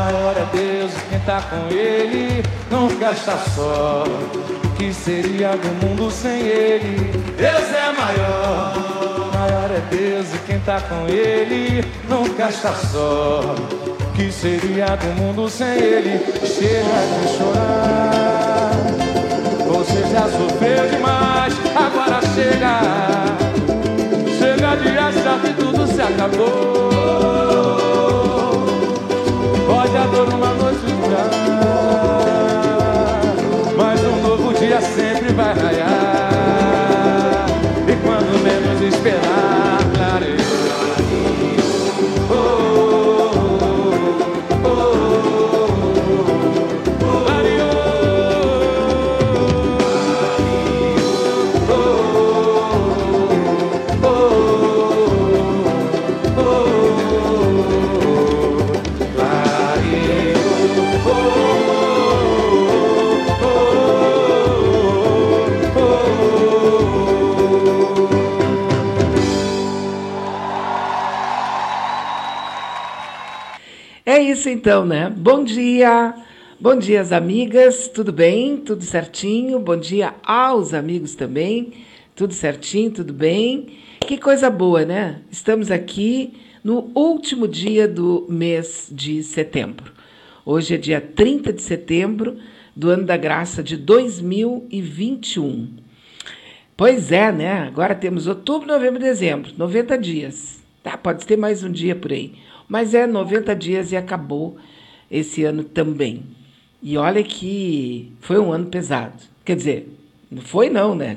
Maior é Deus, quem tá com ele nunca está só. Que seria do mundo sem ele? Deus é maior. Maior é Deus, quem tá com ele nunca está só. Que seria do mundo sem ele? Chega de chorar. Você já sofreu demais, agora chega. Chega de achar que tudo se acabou. Pode a dor uma noite durar, mas um novo dia sempre vai raiar. E quando menos esperar, clareia. É isso então, né? Bom dia as amigas, tudo bem? Tudo certinho? Bom dia aos amigos também, tudo certinho, tudo bem? Que coisa boa, né? Estamos aqui no último dia do mês de setembro. Hoje é dia 30 de setembro do ano da graça de 2021. Pois é, né? Agora temos outubro, novembro e dezembro, 90 dias. Tá, pode ter mais um dia por aí. Mas é 90 dias e acabou esse ano também. E olha que foi um ano pesado. Quer dizer, não foi não, né?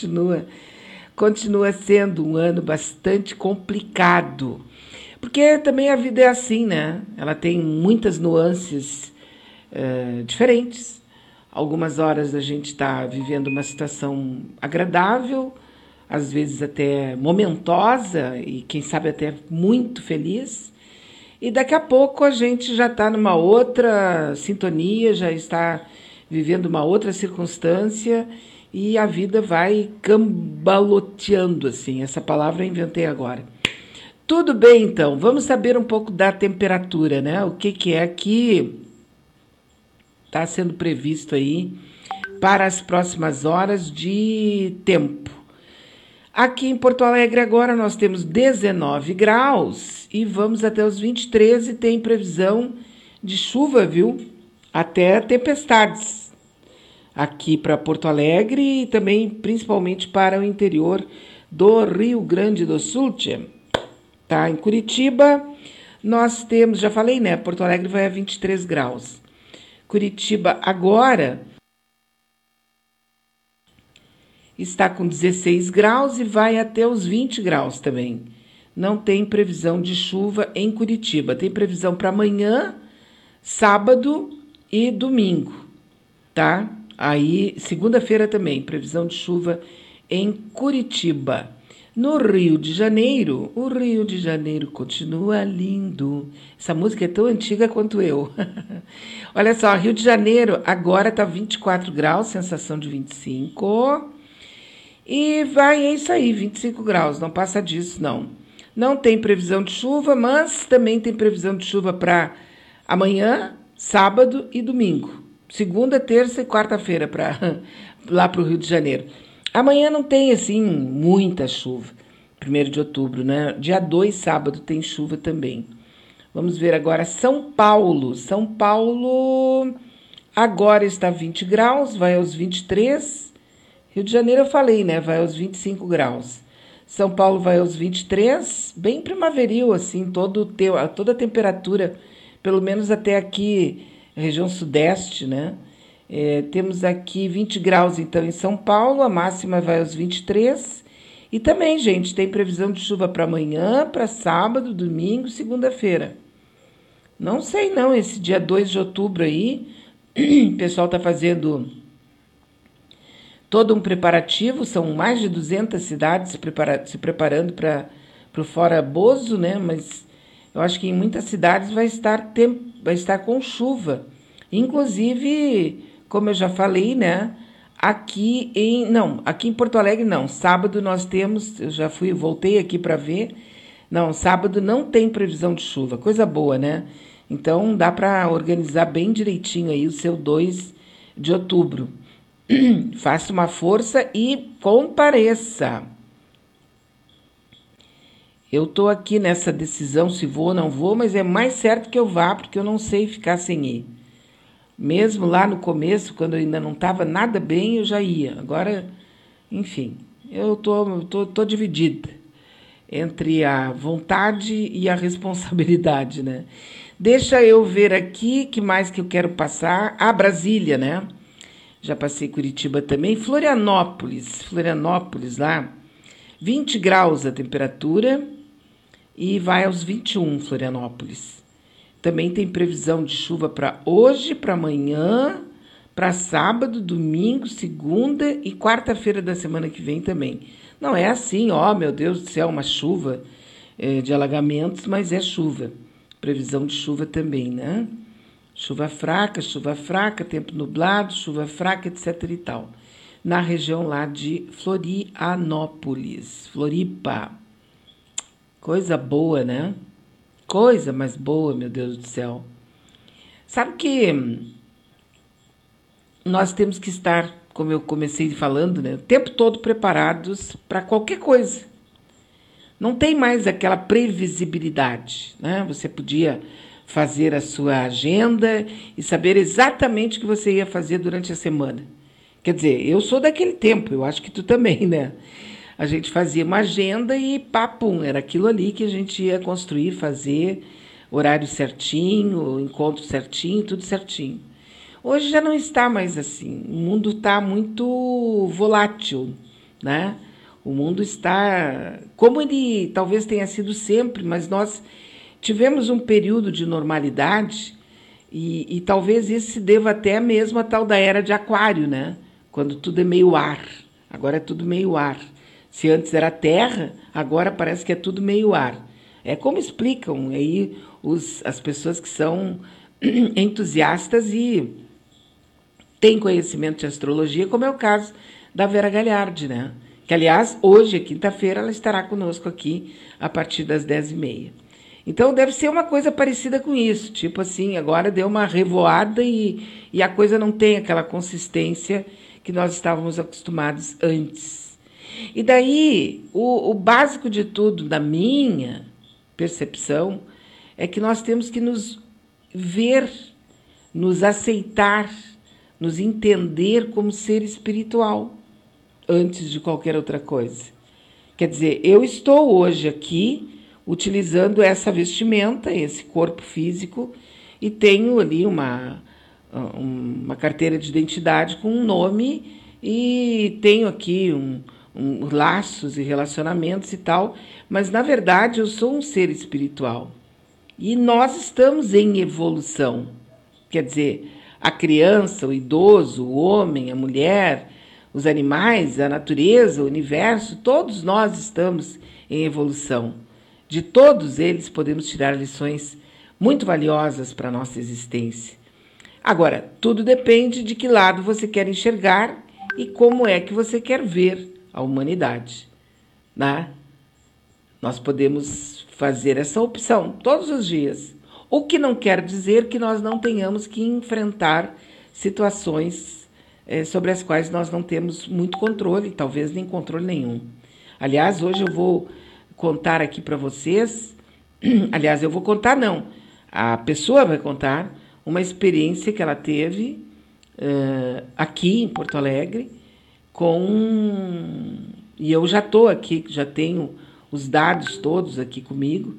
Continua sendo um ano bastante complicado. Porque também a vida é assim, né? Ela tem muitas nuances diferentes. Algumas horas a gente está vivendo uma situação agradável, às vezes até momentosa e quem sabe até muito feliz. E daqui a pouco a gente já está numa outra sintonia, já está vivendo uma outra circunstância e a vida vai cambaloteando, assim. Essa palavra eu inventei agora. Tudo bem, então. Vamos saber um pouco da temperatura, né? O que é que está sendo previsto aí para as próximas horas de tempo. Aqui em Porto Alegre agora nós temos 19 graus e vamos até os 23 e tem previsão de chuva, viu? Até tempestades aqui para Porto Alegre e também principalmente para o interior do Rio Grande do Sul. Tá? Em Curitiba nós temos, já falei, né? Porto Alegre vai a 23 graus. Curitiba agora está com 16 graus e vai até os 20 graus também. Não tem previsão de chuva em Curitiba. Tem previsão para amanhã, sábado e domingo, tá? Aí, segunda-feira também, previsão de chuva em Curitiba. No Rio de Janeiro, o Rio de Janeiro continua lindo. Essa música é tão antiga quanto eu. Olha só, Rio de Janeiro agora está 24 graus, sensação de 25. E é isso aí, 25 graus, não passa disso, não. Não tem previsão de chuva, mas também tem previsão de chuva para amanhã, sábado e domingo. Segunda, terça e quarta-feira lá para o Rio de Janeiro. Amanhã não tem, assim, muita chuva. 1º de outubro, né? Dia 2, sábado, tem chuva também. Vamos ver agora São Paulo. São Paulo agora está 20 graus, vai aos 23. Rio de Janeiro eu falei, né? Vai aos 25 graus. São Paulo vai aos 23, bem primaveril, assim, toda a temperatura, pelo menos até aqui, região sudeste, né? Temos aqui 20 graus, então, em São Paulo, a máxima vai aos 23. E também, gente, tem previsão de chuva para amanhã, para sábado, domingo, segunda-feira. Não sei não, esse dia 2 de outubro aí, o pessoal está fazendo todo um preparativo, são mais de 200 cidades se preparando para o Fora Bozo, né? Mas eu acho que em muitas cidades vai estar com chuva. Inclusive, como eu já falei, né? Aqui em Porto Alegre não. Sábado nós temos, eu já voltei aqui para ver. Não, sábado não tem previsão de chuva, coisa boa, né? Então, dá para organizar bem direitinho aí o seu 2 de outubro. Faça uma força e compareça. Eu estou aqui nessa decisão se vou ou não vou, mas é mais certo que eu vá, porque eu não sei ficar sem ir. Mesmo lá no começo, quando eu ainda não estava nada bem, eu já ia. Agora, enfim, eu tô dividida entre a vontade e a responsabilidade, né? Deixa eu ver aqui, que mais que eu quero passar. Brasília, né? Já passei Curitiba também. Florianópolis lá, 20 graus a temperatura e vai aos 21, Florianópolis. Também tem previsão de chuva para hoje, para amanhã, para sábado, domingo, segunda e quarta-feira da semana que vem também. Não é assim, meu Deus do céu, uma chuva de alagamentos, mas é chuva. Previsão de chuva também, né? Chuva fraca, tempo nublado, chuva fraca, etc. e tal. Na região lá de Florianópolis, Floripa. Coisa boa, né? Coisa mais boa, meu Deus do céu. Sabe que nós temos que estar, como eu comecei falando, né, o tempo todo preparados para qualquer coisa. Não tem mais aquela previsibilidade, né? Você podia fazer a sua agenda e saber exatamente o que você ia fazer durante a semana. Quer dizer, eu sou daquele tempo, eu acho que tu também, né? A gente fazia uma agenda e papum, era aquilo ali que a gente ia construir, fazer, horário certinho, encontro certinho, tudo certinho. Hoje já não está mais assim, o mundo está muito volátil, né? O mundo está, como ele talvez tenha sido sempre, mas nós tivemos um período de normalidade e talvez isso se deva até mesmo à tal da era de Aquário, né? Quando tudo é meio ar, agora é tudo meio ar. Se antes era terra, agora parece que é tudo meio ar. É como explicam aí as pessoas que são entusiastas e têm conhecimento de astrologia, como é o caso da Vera Galhardi, né? Que, aliás, hoje, quinta-feira, ela estará conosco aqui a partir das 10h30. Então, deve ser uma coisa parecida com isso. Tipo assim, agora deu uma revoada e a coisa não tem aquela consistência que nós estávamos acostumados antes. E daí, o básico de tudo, da minha percepção, é que nós temos que nos ver, nos aceitar, nos entender como ser espiritual, antes de qualquer outra coisa. Quer dizer, eu estou hoje aqui utilizando essa vestimenta, esse corpo físico, e tenho ali uma carteira de identidade com um nome e tenho aqui laços e relacionamentos e tal, mas, na verdade, eu sou um ser espiritual. E nós estamos em evolução. Quer dizer, a criança, o idoso, o homem, a mulher, os animais, a natureza, o universo, todos nós estamos em evolução. De todos eles podemos tirar lições muito valiosas para a nossa existência. Agora, tudo depende de que lado você quer enxergar e como é que você quer ver a humanidade, né? Nós podemos fazer essa opção todos os dias, o que não quer dizer que nós não tenhamos que enfrentar situações sobre as quais nós não temos muito controle, talvez nem controle nenhum. Aliás, hoje eu vou contar aqui para vocês, aliás, eu vou contar não, a pessoa vai contar uma experiência que ela teve aqui em Porto Alegre, e eu já estou aqui, já tenho os dados todos aqui comigo,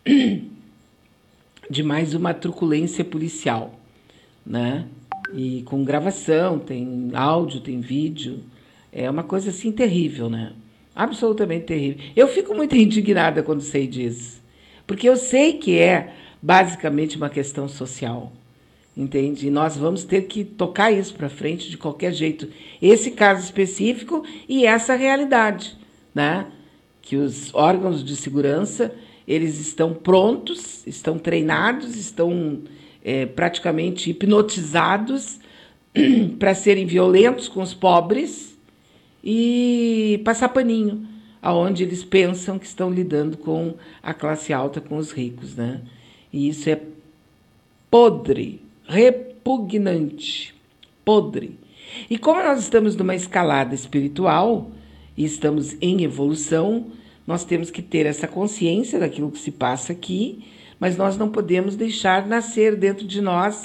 de mais uma truculência policial, né? E com gravação, tem áudio, tem vídeo, é uma coisa assim terrível, né? Absolutamente terrível. Eu fico muito indignada quando sei disso, porque eu sei que é basicamente uma questão social, entende? E nós vamos ter que tocar isso para frente de qualquer jeito. Esse caso específico e essa realidade, né? Que os órgãos de segurança, eles estão prontos, estão treinados, estão praticamente hipnotizados para serem violentos com os pobres e passar paninho, aonde eles pensam que estão lidando com a classe alta, com os ricos, né? E isso é podre, repugnante, podre. E como nós estamos numa escalada espiritual e estamos em evolução, nós temos que ter essa consciência daquilo que se passa aqui, mas nós não podemos deixar nascer dentro de nós,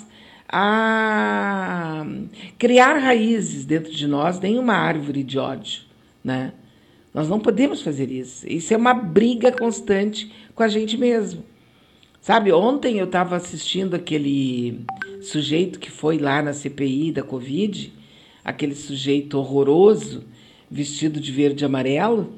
a criar raízes dentro de nós, nenhuma árvore de ódio, né? Nós não podemos fazer isso. Isso é uma briga constante com a gente mesmo. Sabe, ontem eu estava assistindo aquele sujeito que foi lá na CPI da Covid, aquele sujeito horroroso, vestido de verde e amarelo,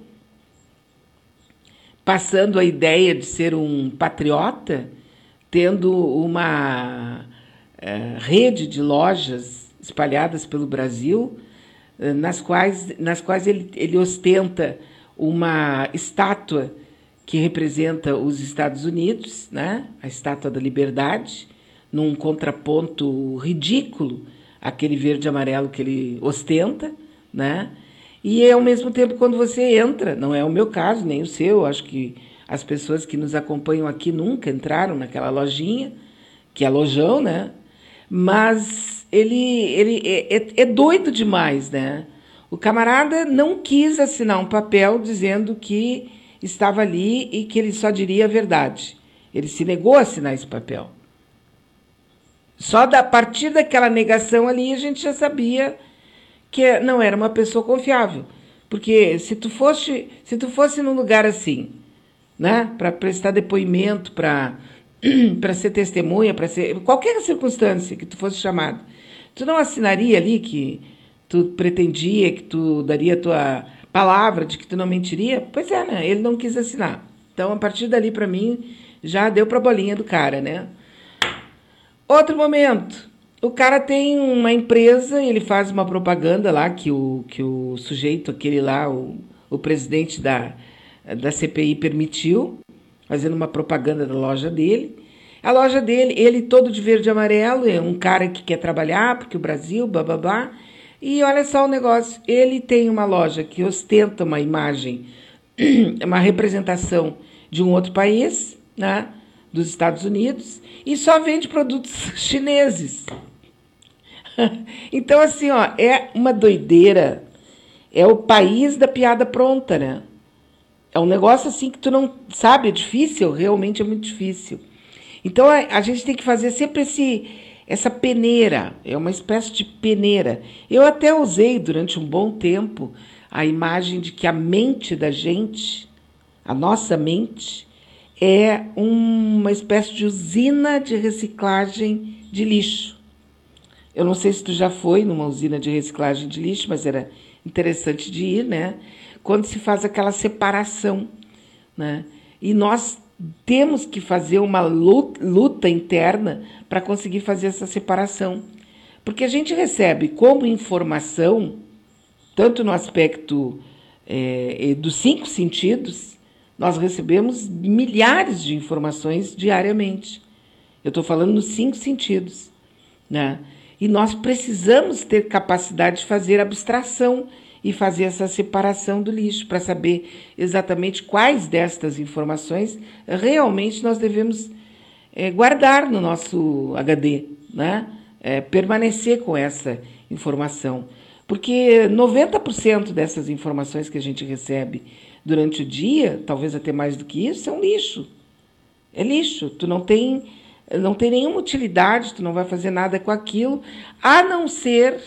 passando a ideia de ser um patriota, tendo uma rede de lojas espalhadas pelo Brasil, nas quais ele ostenta uma estátua que representa os Estados Unidos, né? A Estátua da Liberdade, num contraponto ridículo àquele verde e amarelo que ele ostenta, né? E, ao mesmo tempo, quando você entra, não é o meu caso, nem o seu, acho que as pessoas que nos acompanham aqui nunca entraram naquela lojinha, que é lojão, né? Mas ele é doido demais, né? O camarada não quis assinar um papel dizendo que estava ali e que ele só diria a verdade. Ele se negou a assinar esse papel. Só a partir daquela negação ali, a gente já sabia que não era uma pessoa confiável. Porque se tu fosse num lugar assim, né, para prestar depoimento, para ser testemunha, para ser qualquer circunstância que tu fosse chamado, tu não assinaria ali que tu pretendia, que tu daria a tua palavra de que tu não mentiria? Pois é, né? Ele não quis assinar. Então, a partir dali, para mim, já deu para a bolinha do cara, né? Outro momento. O cara tem uma empresa, ele faz uma propaganda lá que o sujeito, aquele lá, o presidente da CPI permitiu, fazendo uma propaganda da loja dele. A loja dele, ele todo de verde e amarelo, é um cara que quer trabalhar, porque o Brasil, bababá. E olha só o negócio, ele tem uma loja que ostenta uma imagem, uma representação de um outro país, né, dos Estados Unidos, e só vende produtos chineses. Então, assim, ó, é uma doideira, é o país da piada pronta, né? É um negócio assim que tu não sabe, é difícil, realmente é muito difícil. Então, a gente tem que fazer sempre essa peneira, é uma espécie de peneira. Eu até usei durante um bom tempo a imagem de que a mente da gente, a nossa mente, é uma espécie de usina de reciclagem de lixo. Eu não sei se tu já foi numa usina de reciclagem de lixo, mas era interessante de ir, né? Quando se faz aquela separação, né? E nós temos que fazer uma luta interna para conseguir fazer essa separação. Porque a gente recebe como informação, tanto no aspecto dos 5 sentidos, nós recebemos milhares de informações diariamente. Eu estou falando nos 5 sentidos, né? E nós precisamos ter capacidade de fazer abstração e fazer essa separação do lixo, para saber exatamente quais destas informações realmente nós devemos guardar no nosso HD, né? Permanecer com essa informação. Porque 90% dessas informações que a gente recebe durante o dia, talvez até mais do que isso, são lixo. É lixo. Tu não tem nenhuma utilidade, tu não vai fazer nada com aquilo, a não ser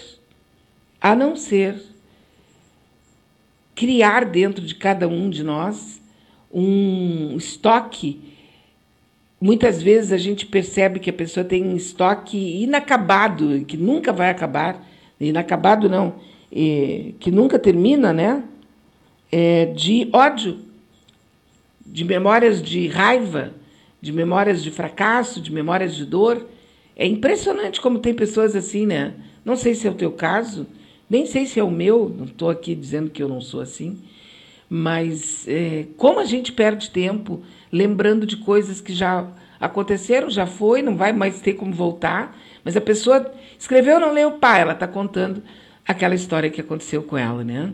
criar dentro de cada um de nós um estoque. Muitas vezes a gente percebe que a pessoa tem um estoque inacabado, que nunca vai acabar, inacabado não, que nunca termina, né? De ódio, de memórias de raiva, de memórias de fracasso, de memórias de dor. É impressionante como tem pessoas assim, né? Não sei se é o teu caso, nem sei se é o meu, não estou aqui dizendo que eu não sou assim, mas como a gente perde tempo lembrando de coisas que já aconteceram, já foi, não vai mais ter como voltar, mas a pessoa escreveu, não leu, pá, ela está contando aquela história que aconteceu com ela, né?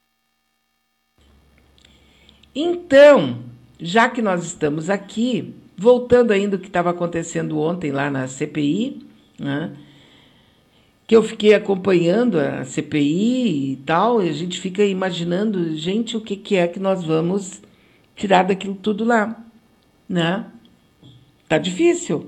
Então, já que nós estamos aqui, voltando ainda o que estava acontecendo ontem lá na CPI, né? Que eu fiquei acompanhando a CPI e tal, e a gente fica imaginando, gente, o que é que nós vamos tirar daquilo tudo lá, né? Tá difícil.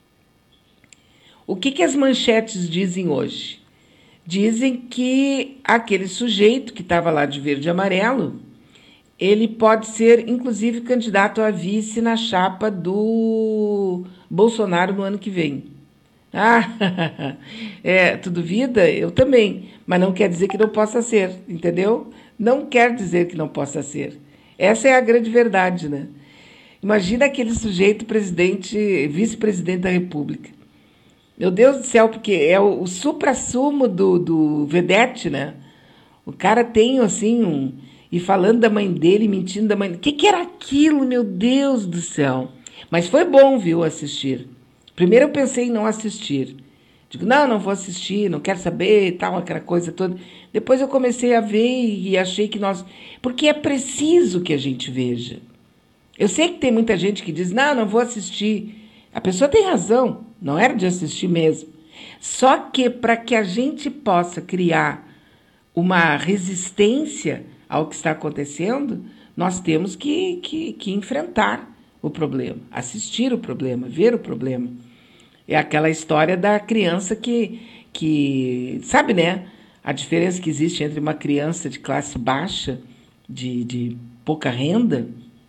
O que as manchetes dizem hoje? Dizem que aquele sujeito que estava lá de verde e amarelo, ele pode ser, inclusive, candidato a vice na chapa do Bolsonaro no ano que vem. Ah, tu duvida? Eu também, mas não quer dizer que não possa ser, entendeu? Não quer dizer que não possa ser. Essa é a grande verdade, né? Imagina aquele sujeito presidente, vice-presidente da República. Meu Deus do céu, porque é o suprassumo do vedete, né? O cara tem, assim, e falando da mãe dele, mentindo da mãe dele. O que era aquilo, meu Deus do céu? Mas foi bom, viu, assistir. Primeiro eu pensei em não assistir. Digo, não vou assistir, não quero saber e tal, aquela coisa toda. Depois eu comecei a ver e achei que nós... Porque é preciso que a gente veja. Eu sei que tem muita gente que diz, não vou assistir. A pessoa tem razão, não era de assistir mesmo. Só que para que a gente possa criar uma resistência ao que está acontecendo, nós temos que enfrentar o problema, assistir o problema, ver o problema. É aquela história da criança que sabe, né? A diferença que existe entre uma criança de classe baixa, de pouca renda,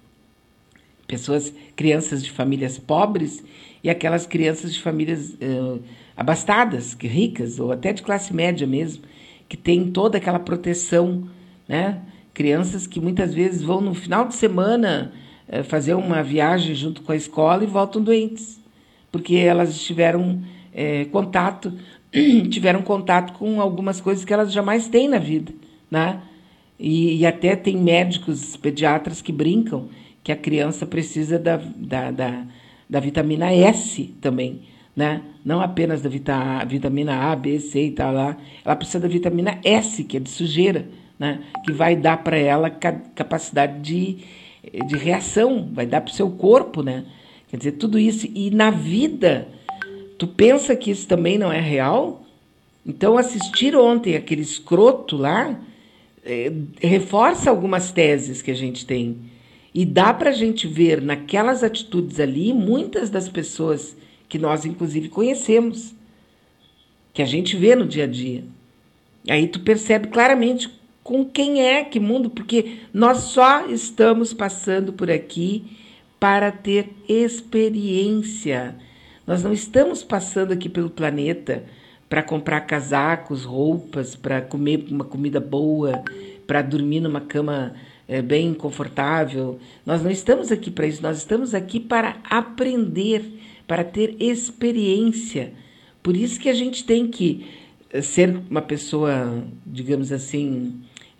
crianças de famílias pobres, e aquelas crianças de famílias abastadas, ricas, ou até de classe média mesmo, que tem toda aquela proteção, né? Crianças que muitas vezes vão no final de semana fazer uma viagem junto com a escola e voltam doentes, porque elas tiveram contato com algumas coisas que elas jamais têm na vida, né? E até tem médicos, pediatras que brincam que a criança precisa da vitamina S também, né? Não apenas da vitamina A, B, C e tal lá. Ela precisa da vitamina S, que é de sujeira, né? Que vai dar para ela capacidade de reação, vai dar para o seu corpo, né? Quer dizer, tudo isso. E na vida, tu pensa que isso também não é real? Então, assistir ontem aquele escroto lá reforça algumas teses que a gente tem. E dá para a gente ver naquelas atitudes ali muitas das pessoas que nós, inclusive, conhecemos, que a gente vê no dia a dia. Aí tu percebe claramente com quem é, que mundo, porque nós só estamos passando por aqui para ter experiência. Nós não estamos passando aqui pelo planeta para comprar casacos, roupas, para comer uma comida boa, para dormir numa cama bem confortável. Nós não estamos aqui para isso, nós estamos aqui para aprender, para ter experiência. Por isso que a gente tem que ser uma pessoa, digamos assim,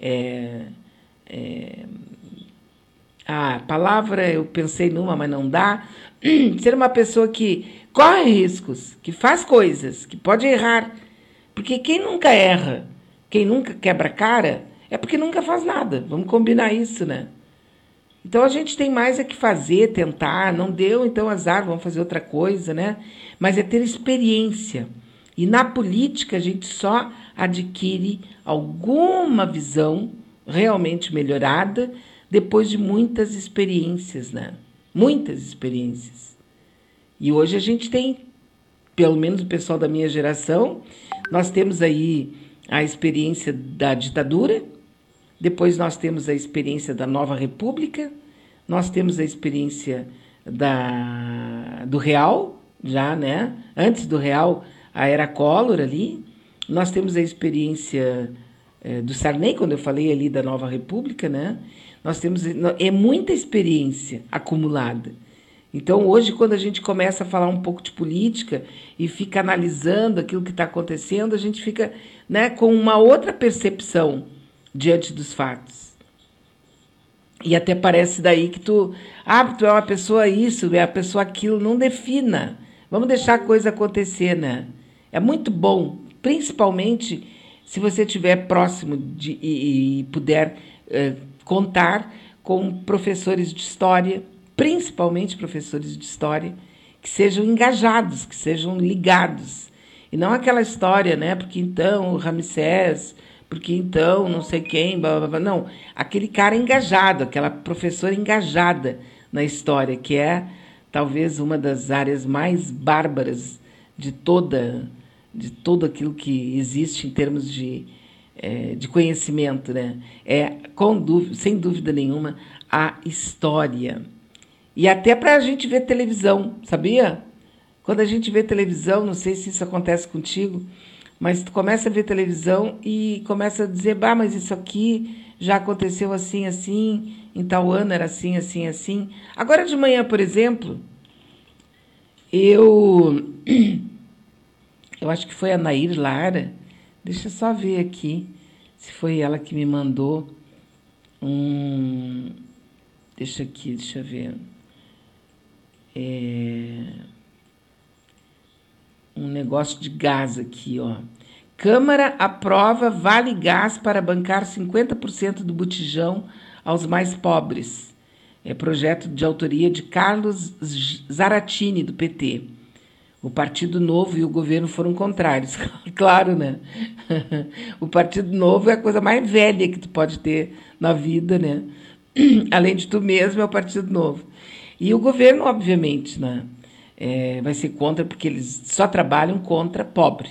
a palavra eu pensei numa, mas não dá, ser uma pessoa que corre riscos, que faz coisas, que pode errar. Porque quem nunca erra, quem nunca quebra a cara, é porque nunca faz nada. Vamos combinar isso, né? Então a gente tem mais que fazer, tentar. Não deu, então azar, vamos fazer outra coisa, né? Mas é ter experiência. E na política a gente só adquire alguma visão realmente melhorada depois de muitas experiências, né? Muitas experiências. E hoje a gente tem, pelo menos o pessoal da minha geração, nós temos aí a experiência da ditadura, depois nós temos a experiência da nova república, nós temos a experiência do real, já, né? Antes do real, a era Collor ali, nós temos a experiência do Sarney, quando eu falei ali da nova república, né? Nós temos muita experiência acumulada. Então, hoje, quando a gente começa a falar um pouco de política e fica analisando aquilo que está acontecendo, a gente fica, né, com uma outra percepção diante dos fatos. E até parece daí que tu é uma pessoa isso, é uma pessoa aquilo, não defina. Vamos deixar a coisa acontecer, né? É muito bom, principalmente se você estiver próximo e puder contar com professores de história, principalmente professores de história, que sejam engajados, que sejam ligados. E não aquela história, né? Porque então o Ramsés, porque então não sei quem, blá, blá, blá. Não, aquele cara engajado, aquela professora engajada na história, que é talvez uma das áreas mais bárbaras de tudo aquilo que existe em termos de conhecimento, né? Sem dúvida nenhuma, a história. E até para a gente ver televisão, sabia? Quando a gente vê televisão, não sei se isso acontece contigo, mas tu começa a ver televisão e começa a dizer, bah, mas isso aqui já aconteceu assim, assim, em tal ano era assim, assim, assim. Agora de manhã, por exemplo, eu acho que foi a Nair Lara, deixa eu só ver aqui se foi ela que me mandou deixa eu ver. Um negócio de gás aqui, ó. Câmara aprova Vale Gás para bancar 50% do botijão aos mais pobres. É projeto de autoria de Carlos Zaratini, do PT. O Partido Novo e o governo foram contrários. Claro, né? O Partido Novo é a coisa mais velha que tu pode ter na vida, né? Além de tu mesmo, é o Partido Novo. E o governo, obviamente, né? Vai ser contra, porque eles só trabalham contra pobre.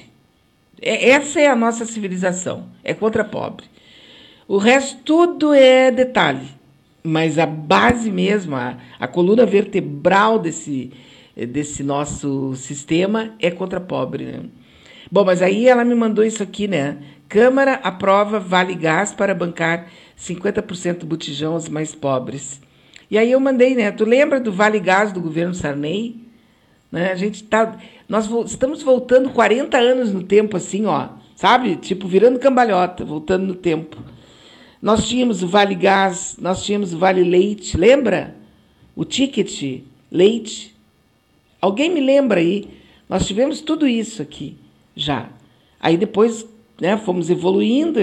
Essa é a nossa civilização, é contra pobre. O resto tudo é detalhe, mas a base mesmo, a coluna vertebral desse nosso sistema é contra pobre, né? Bom, mas aí ela me mandou isso aqui, né? Câmara aprova Vale Gás para bancar 50% do botijão aos mais pobres. E aí eu mandei, né? Tu lembra do Vale Gás do governo Sarney? Né? Nós estamos voltando 40 anos no tempo, assim, ó, sabe? Tipo, virando cambalhota, voltando no tempo. Nós tínhamos o Vale Gás, nós tínhamos o Vale Leite, lembra? O ticket leite. Alguém me lembra aí? Nós tivemos tudo isso aqui já. Aí depois, né, fomos evoluindo,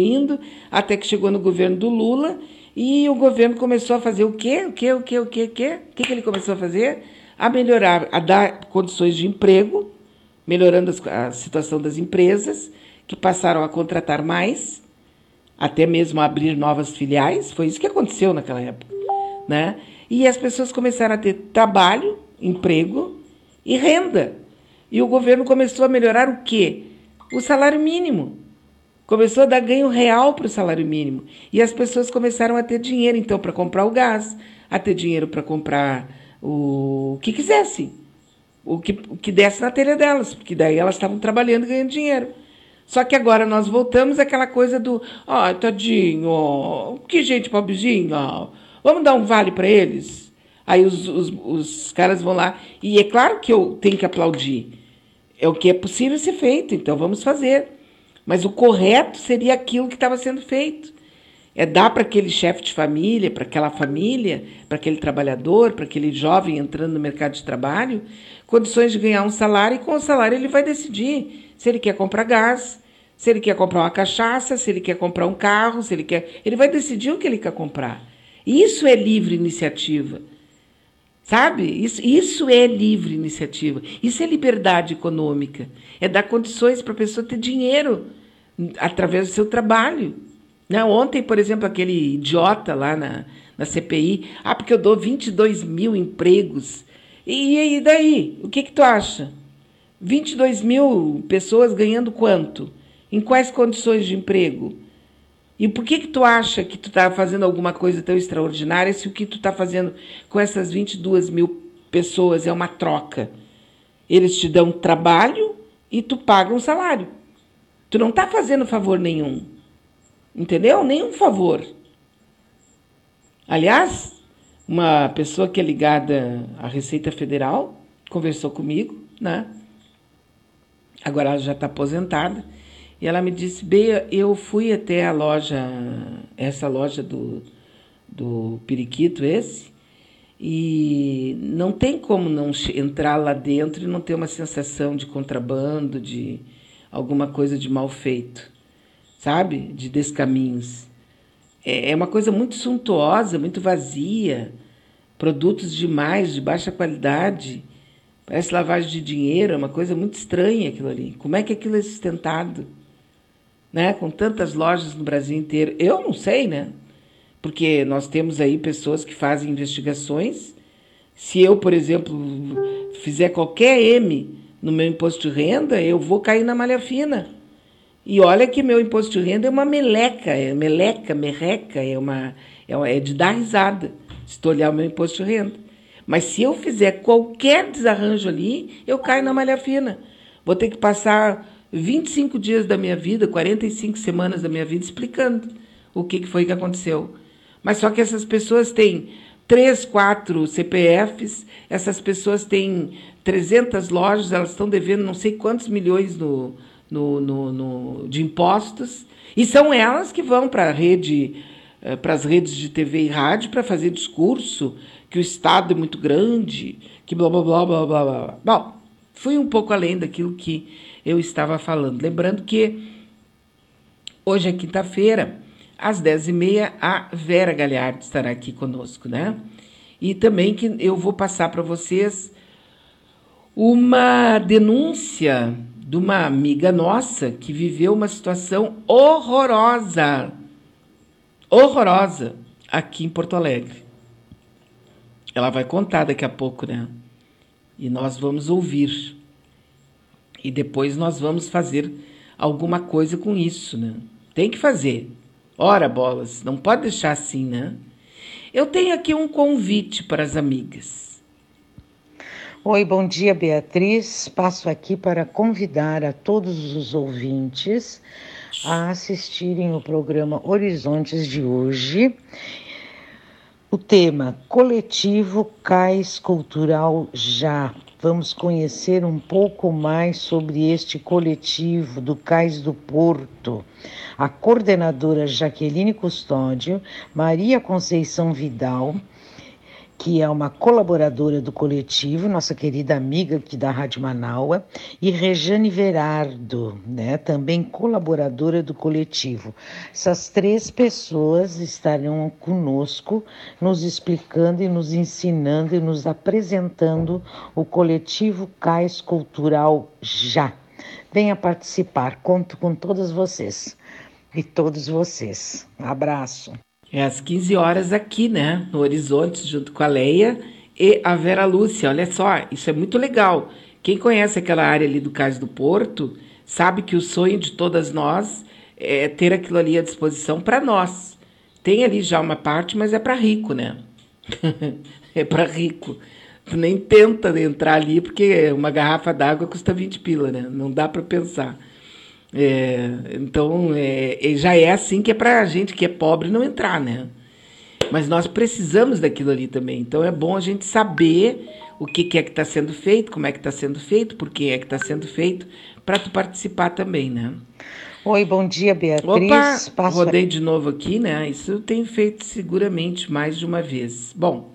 até que chegou no governo do Lula e o governo começou a fazer o quê? O que ele começou a fazer? A melhorar, a dar condições de emprego, melhorando a situação das empresas, que passaram a contratar mais, até mesmo a abrir novas filiais. Foi isso que aconteceu naquela época, né? E as pessoas começaram a ter trabalho, emprego e renda. E o governo começou a melhorar o quê? O salário mínimo. Começou a dar ganho real para o salário mínimo. E as pessoas começaram a ter dinheiro, então, para comprar o gás, a ter dinheiro para comprar o que quisessem, o que desse na telha delas, porque daí elas estavam trabalhando e ganhando dinheiro. Só que agora nós voltamos àquela coisa do, tadinho, que gente pobrezinha, vamos dar um vale para eles? Aí os caras vão lá, e é claro que eu tenho que aplaudir, é o que é possível ser feito, então vamos fazer. Mas o correto seria aquilo que estava sendo feito. É dar para aquele chefe de família, para aquela família, para aquele trabalhador, para aquele jovem entrando no mercado de trabalho, condições de ganhar um salário, e com o salário ele vai decidir se ele quer comprar gás, se ele quer comprar uma cachaça, se ele quer comprar um carro, ele vai decidir o que ele quer comprar. Isso é livre iniciativa. Sabe? Isso é livre iniciativa. Isso é liberdade econômica. É dar condições para a pessoa ter dinheiro através do seu trabalho. Ontem, por exemplo, aquele idiota lá na CPI, porque eu dou 22 mil empregos. E daí? O que tu acha? 22 mil pessoas ganhando quanto? Em quais condições de emprego? E por que tu acha que tu está fazendo alguma coisa tão extraordinária se o que tu está fazendo com essas 22 mil pessoas é uma troca? Eles te dão trabalho e tu paga um salário. Tu não está fazendo favor nenhum. Entendeu? Nenhum favor. Aliás, uma pessoa que é ligada à Receita Federal conversou comigo, né? Agora ela já está aposentada. E ela me disse, Bea, eu fui até a loja, essa loja do periquito e não tem como não entrar lá dentro e não ter uma sensação de contrabando, de alguma coisa de mal feito, sabe? De descaminhos. É uma coisa muito suntuosa, muito vazia. produtos demais, de baixa qualidade, parece lavagem de dinheiro, é uma coisa muito estranha aquilo ali. Como é que aquilo é sustentado? Né? Com tantas lojas no Brasil inteiro. Eu não sei, né? Porque nós temos aí pessoas que fazem investigações. Se eu, por exemplo, fizer qualquer M no meu imposto de renda, eu vou cair na malha fina. E olha que meu imposto de renda é uma meleca, merreca, é de dar risada, se tu olhar o meu imposto de renda. Mas se eu fizer qualquer desarranjo ali, eu caio na malha fina. Vou ter que passar 25 dias da minha vida, 45 semanas da minha vida, explicando o que foi que aconteceu. Mas só que essas pessoas têm 3, 4 CPFs, essas pessoas têm 300 lojas, elas estão devendo não sei quantos milhões de impostos, e são elas que vão para as redes de TV e rádio para fazer discurso, que o Estado é muito grande, que blá, blá, blá, blá, blá, blá. Bom, fui um pouco além daquilo que eu estava falando. Lembrando que hoje é quinta-feira, às 10h30, a Vera Galhardo estará aqui conosco, né? E também que eu vou passar para vocês uma denúncia de uma amiga nossa que viveu uma situação horrorosa aqui em Porto Alegre. Ela vai contar daqui a pouco, né? E nós vamos ouvir. E depois nós vamos fazer alguma coisa com isso, né? Tem que fazer. Ora, bolas, não pode deixar assim, né? Eu tenho aqui um convite para as amigas. Oi, bom dia, Beatriz. Passo aqui para convidar a todos os ouvintes a assistirem o programa Horizontes de hoje. O tema Coletivo Cais Cultural Já. Vamos conhecer um pouco mais sobre este coletivo do Cais do Porto. A coordenadora Jaqueline Custódio, Maria Conceição Vidal, que é uma colaboradora do coletivo, nossa querida amiga aqui da Rádio Manaua, e Rejane Verardo, né, também colaboradora do coletivo. Essas 3 pessoas estarão conosco, nos explicando e nos ensinando e nos apresentando o coletivo Cais Cultural Já. Venha participar, conto com todas vocês e todos vocês. Um abraço. É às 15 horas aqui, né, no Horizonte, junto com a Leia e a Vera Lúcia. Olha só, isso é muito legal. Quem conhece aquela área ali do Cais do Porto sabe que o sonho de todas nós é ter aquilo ali à disposição para nós. Tem ali já uma parte, mas é para rico, né? É para rico. Tu nem tenta entrar ali, porque uma garrafa d'água custa 20 pila, né? Não dá para pensar. Então, já é assim que é para a gente que é pobre não entrar, né? Mas nós precisamos daquilo ali também. Então, é bom a gente saber o que é que está sendo feito, como é que está sendo feito, por que é que está sendo feito, para tu participar também, né? Oi, bom dia, Beatriz. Opa, rodei de novo aqui, né? Isso eu tenho feito seguramente mais de uma vez. Bom,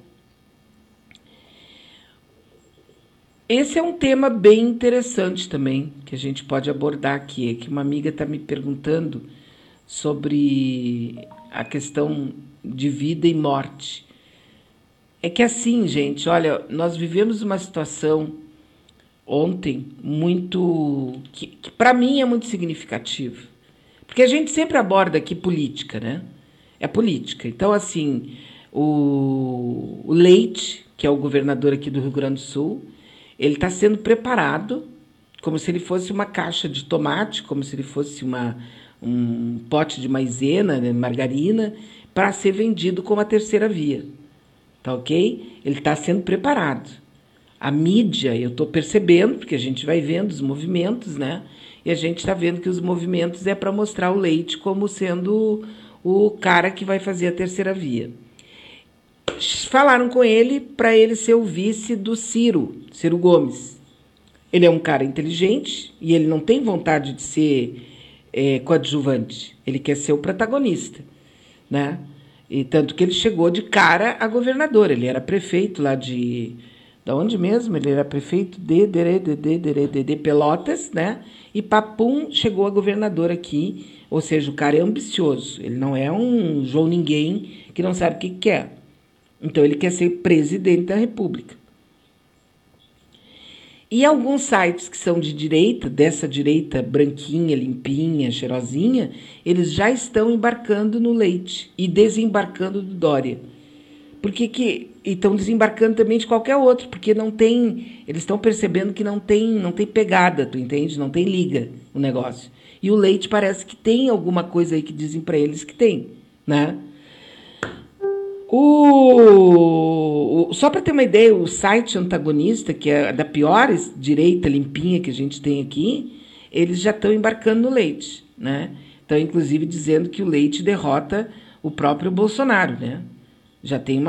esse é um tema bem interessante também, que a gente pode abordar aqui. É que uma amiga está me perguntando sobre a questão de vida e morte. É que assim, gente, olha, nós vivemos uma situação ontem muito... que para mim é muito significativa. Porque a gente sempre aborda aqui política, né? É política. Então, assim, o Leite, que é o governador aqui do Rio Grande do Sul, ele está sendo preparado como se ele fosse uma caixa de tomate, como se ele fosse um pote de maisena, né, margarina, para ser vendido como a terceira via. Tá ok? Ele está sendo preparado. A mídia, eu estou percebendo, porque a gente vai vendo os movimentos, né? E a gente está vendo que os movimentos é para mostrar o Leite como sendo o cara que vai fazer a terceira via. Falaram com ele para ele ser o vice do Ciro Gomes. Ele é um cara inteligente e ele não tem vontade de ser coadjuvante. Ele quer ser o protagonista, né? E tanto que ele chegou de cara a governador. Ele era prefeito lá de onde mesmo? Ele era prefeito de Pelotas, né? E papum, chegou a governador aqui. Ou seja, o cara é ambicioso. Ele não é um João Ninguém que não sabe o que quer. Então, ele quer ser presidente da República. E alguns sites que são de direita, dessa direita branquinha, limpinha, cheirosinha, eles já estão embarcando no Leite e desembarcando do Dória. E estão desembarcando também de qualquer outro, porque não tem, eles estão percebendo que não tem pegada, tu entende? Não tem liga o negócio. E o Leite parece que tem alguma coisa aí que dizem para eles que tem, né? Só para ter uma ideia, o site antagonista, que é da pior direita limpinha que a gente tem aqui, eles já estão embarcando no Leite, né? Estão, inclusive, dizendo que o Leite derrota o próprio Bolsonaro, né? Já tem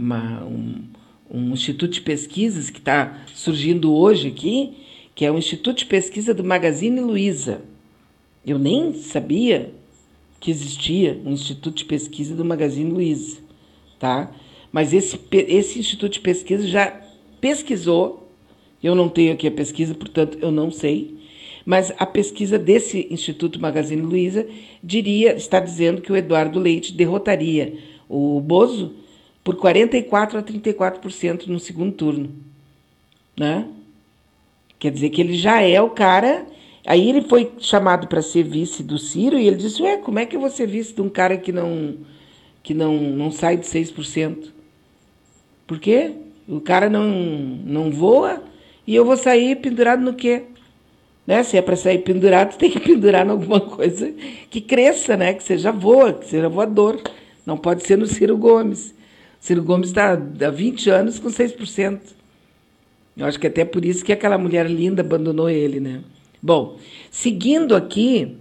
um instituto de pesquisas que está surgindo hoje aqui, que é o Instituto de Pesquisa do Magazine Luiza. Eu nem sabia que existia um Instituto de Pesquisa do Magazine Luiza. Tá? Mas esse Instituto de Pesquisa já pesquisou, eu não tenho aqui a pesquisa, portanto eu não sei, mas a pesquisa desse Instituto Magazine Luiza está dizendo que o Eduardo Leite derrotaria o Bozo por 44% a 34% no segundo turno. Né? Quer dizer que ele já é o cara. Aí ele foi chamado para ser vice do Ciro e ele disse, como é que eu vou ser vice de um cara que não sai de 6%. Por quê? O cara não voa e eu vou sair pendurado no quê? Né? Se é para sair pendurado, tem que pendurar em alguma coisa que cresça, né? Que seja voador. Não pode ser no Ciro Gomes. O Ciro Gomes está há 20 anos com 6%. Eu acho que até por isso que aquela mulher linda abandonou ele, né? Bom, seguindo aqui,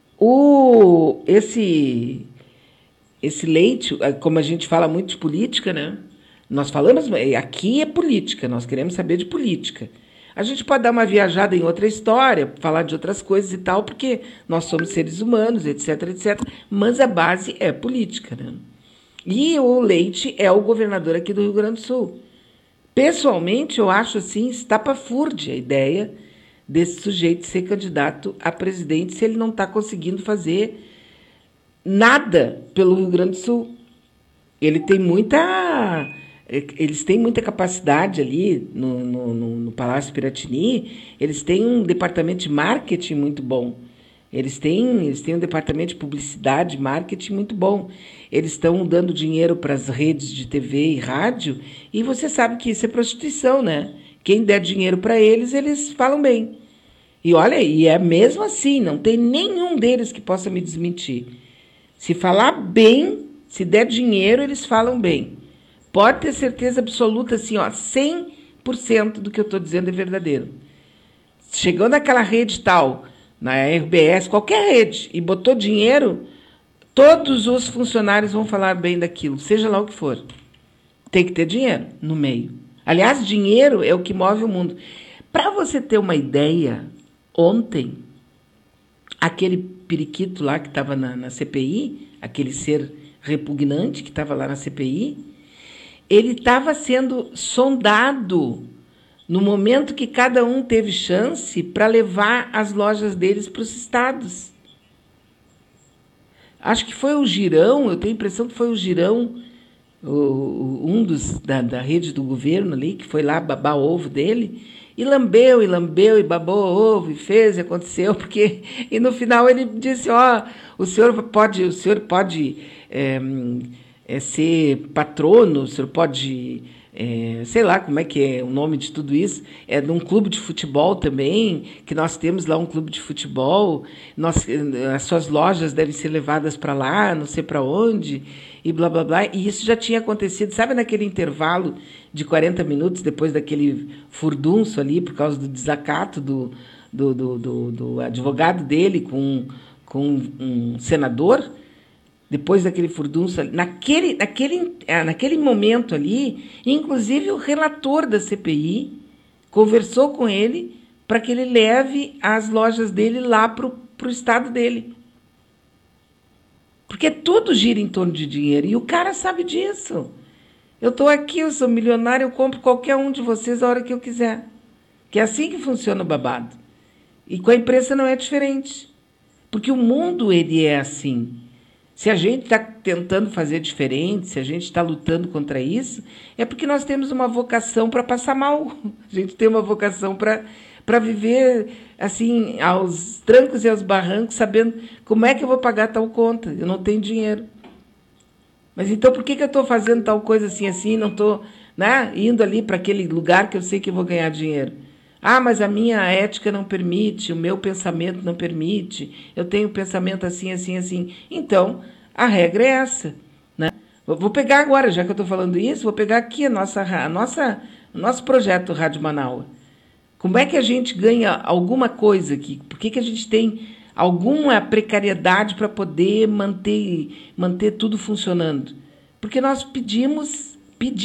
esse Leite, como a gente fala muito de política, né? Nós falamos, aqui é política, nós queremos saber de política. A gente pode dar uma viajada em outra história, falar de outras coisas e tal, porque nós somos seres humanos, etc, etc. Mas a base é política, né? E o Leite é o governador aqui do Rio Grande do Sul. Pessoalmente, eu acho assim, estapafúrdia a ideia desse sujeito ser candidato a presidente se ele não está conseguindo fazer nada pelo Rio Grande do Sul. Eles têm muita capacidade ali no Palácio Piratini, eles têm um departamento de marketing muito bom. Eles têm um departamento de publicidade, marketing muito bom. Eles estão dando dinheiro para as redes de TV e rádio, e você sabe que isso é prostituição, né? Quem der dinheiro para eles, eles falam bem. E olha, e é mesmo assim, não tem nenhum deles que possa me desmentir. Se falar bem, se der dinheiro, eles falam bem. Pode ter certeza absoluta, assim, 100% do que eu estou dizendo é verdadeiro. Chegou naquela rede tal, na RBS, qualquer rede, e botou dinheiro, todos os funcionários vão falar bem daquilo, seja lá o que for. Tem que ter dinheiro no meio. Aliás, dinheiro é o que move o mundo. Para você ter uma ideia, ontem, aquele periquito lá que estava na CPI, aquele ser repugnante que estava lá na CPI, ele estava sendo sondado no momento que cada um teve chance para levar as lojas deles para os estados. Acho que foi o Girão, eu tenho a impressão que foi o Girão, um da rede do governo ali, que foi lá babar o ovo dele, e lambeu, e babou o ovo, e fez, e aconteceu, e no final ele disse, o senhor pode ser patrono, o senhor pode, sei lá como é que é o nome de tudo isso, é de um clube de futebol também, que nós temos lá um clube de futebol, as suas lojas devem ser levadas para lá, não sei para onde, e blá, blá, blá. E isso já tinha acontecido, sabe, naquele intervalo de 40 minutos, depois daquele furdunço ali, por causa do desacato do advogado dele com um senador. Depois daquele furdunço, naquele momento ali, inclusive o relator da CPI conversou com ele para que ele leve as lojas dele lá para o estado dele. Porque tudo gira em torno de dinheiro, e o cara sabe disso. Eu estou aqui, eu sou milionário, eu compro qualquer um de vocês a hora que eu quiser. Que é assim que funciona o babado. E com a imprensa não é diferente. Porque o mundo, ele é assim. Se a gente está tentando fazer diferente, se a gente está lutando contra isso, é porque nós temos uma vocação para passar mal. A gente tem uma vocação para viver assim, aos trancos e aos barrancos, sabendo como é que eu vou pagar tal conta. Eu não tenho dinheiro. Mas então por que eu estou fazendo tal coisa assim, não estou, né, indo ali para aquele lugar que eu sei que eu vou ganhar dinheiro? Ah, mas a minha ética não permite, o meu pensamento não permite, eu tenho pensamento assim. Então, a regra é essa, né? Vou pegar agora, já que eu estou falando isso, vou pegar aqui o nosso projeto Rádio Manaus. Como é que a gente ganha alguma coisa aqui? Por que a gente tem alguma precariedade para poder manter tudo funcionando? Porque nós pedimos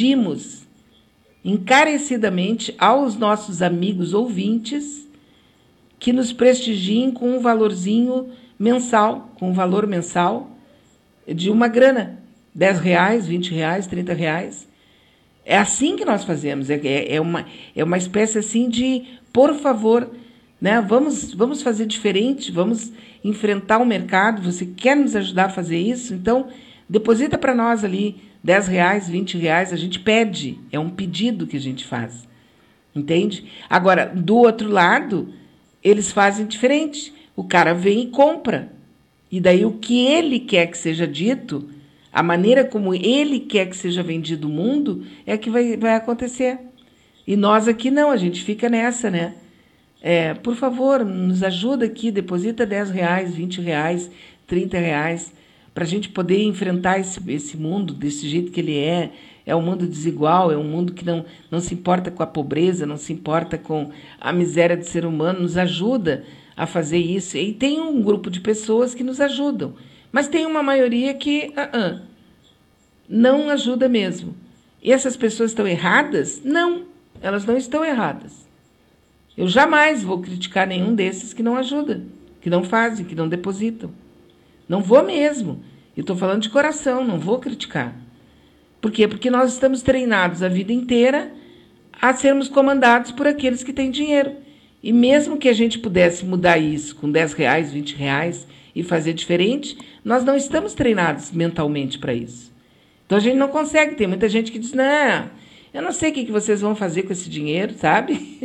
encarecidamente aos nossos amigos ouvintes que nos prestigiem com um valorzinho mensal, com um valor mensal de uma grana, R$10, R$20, R$30. É assim que nós fazemos, é uma espécie assim de, por favor, né, vamos fazer diferente, vamos enfrentar o mercado, você quer nos ajudar a fazer isso? Então, deposita para nós ali R$10, R$20, a gente pede, é um pedido que a gente faz, entende? Agora, do outro lado, eles fazem diferente, o cara vem e compra, e daí o que ele quer que seja dito, a maneira como ele quer que seja vendido o mundo, é que vai acontecer. E nós aqui não, a gente fica nessa, né? Por favor, nos ajuda aqui, deposita R$10, R$20, R$30, para a gente poder enfrentar esse mundo desse jeito que ele é. É um mundo desigual, é um mundo que não se importa com a pobreza, não se importa com a miséria do ser humano, nos ajuda a fazer isso. E tem um grupo de pessoas que nos ajudam, mas tem uma maioria que não ajuda mesmo. E essas pessoas estão erradas? Não, elas não estão erradas. Eu jamais vou criticar nenhum desses que não ajuda, que não fazem, que não depositam. Não vou mesmo. Eu estou falando de coração, não vou criticar. Por quê? Porque nós estamos treinados a vida inteira a sermos comandados por aqueles que têm dinheiro. E mesmo que a gente pudesse mudar isso com R$10, R$20 e fazer diferente, nós não estamos treinados mentalmente para isso. Então a gente não consegue. Tem muita gente que diz, não, eu não sei o que vocês vão fazer com esse dinheiro, sabe?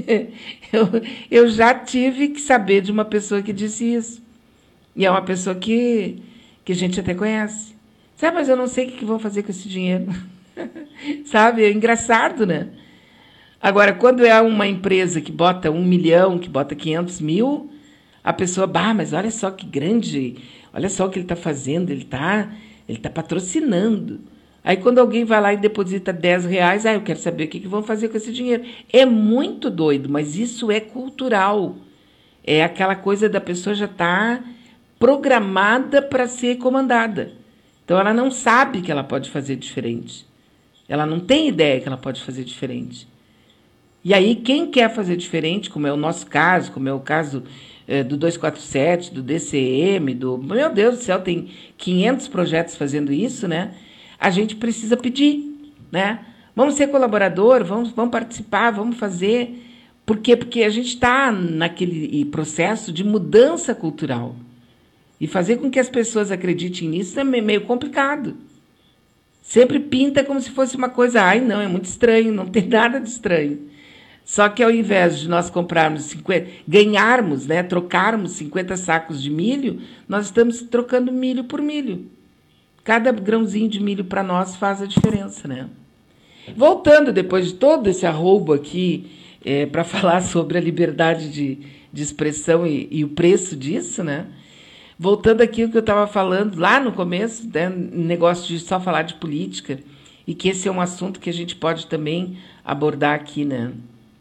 Eu já tive que saber de uma pessoa que disse isso. E é uma pessoa que a gente até conhece. Sabe, mas eu não sei o que vão fazer com esse dinheiro. Sabe, é engraçado, né? Agora, quando é uma empresa que bota 1 milhão, que bota 500 mil, a pessoa, mas olha só que grande, olha só o que ele está fazendo, ele tá patrocinando. Aí, quando alguém vai lá e deposita R$10, eu quero saber o que vão fazer com esse dinheiro. É muito doido, mas isso é cultural. É aquela coisa da pessoa já estar programada para ser comandada. Então, ela não sabe que ela pode fazer diferente. Ela não tem ideia que ela pode fazer diferente. E aí, quem quer fazer diferente, como é o nosso caso, como é o caso do 247, do DCM, meu Deus do céu, tem 500 projetos fazendo isso, né? A gente precisa pedir, né? Vamos ser colaborador, vamos participar, vamos fazer. Por quê? Porque a gente está naquele processo de mudança cultural. E fazer com que as pessoas acreditem nisso é meio complicado. Sempre pinta como se fosse uma coisa, não, é muito estranho, não tem nada de estranho. Só que ao invés de nós comprarmos ganharmos, né, trocarmos 50 sacos de milho, nós estamos trocando milho por milho. Cada grãozinho de milho para nós faz a diferença, né? Voltando, depois de todo esse arroubo aqui, para falar sobre a liberdade de expressão e o preço disso, né? Voltando aqui ao que eu estava falando lá no começo, né, negócio de só falar de política, e que esse é um assunto que a gente pode também abordar aqui, né?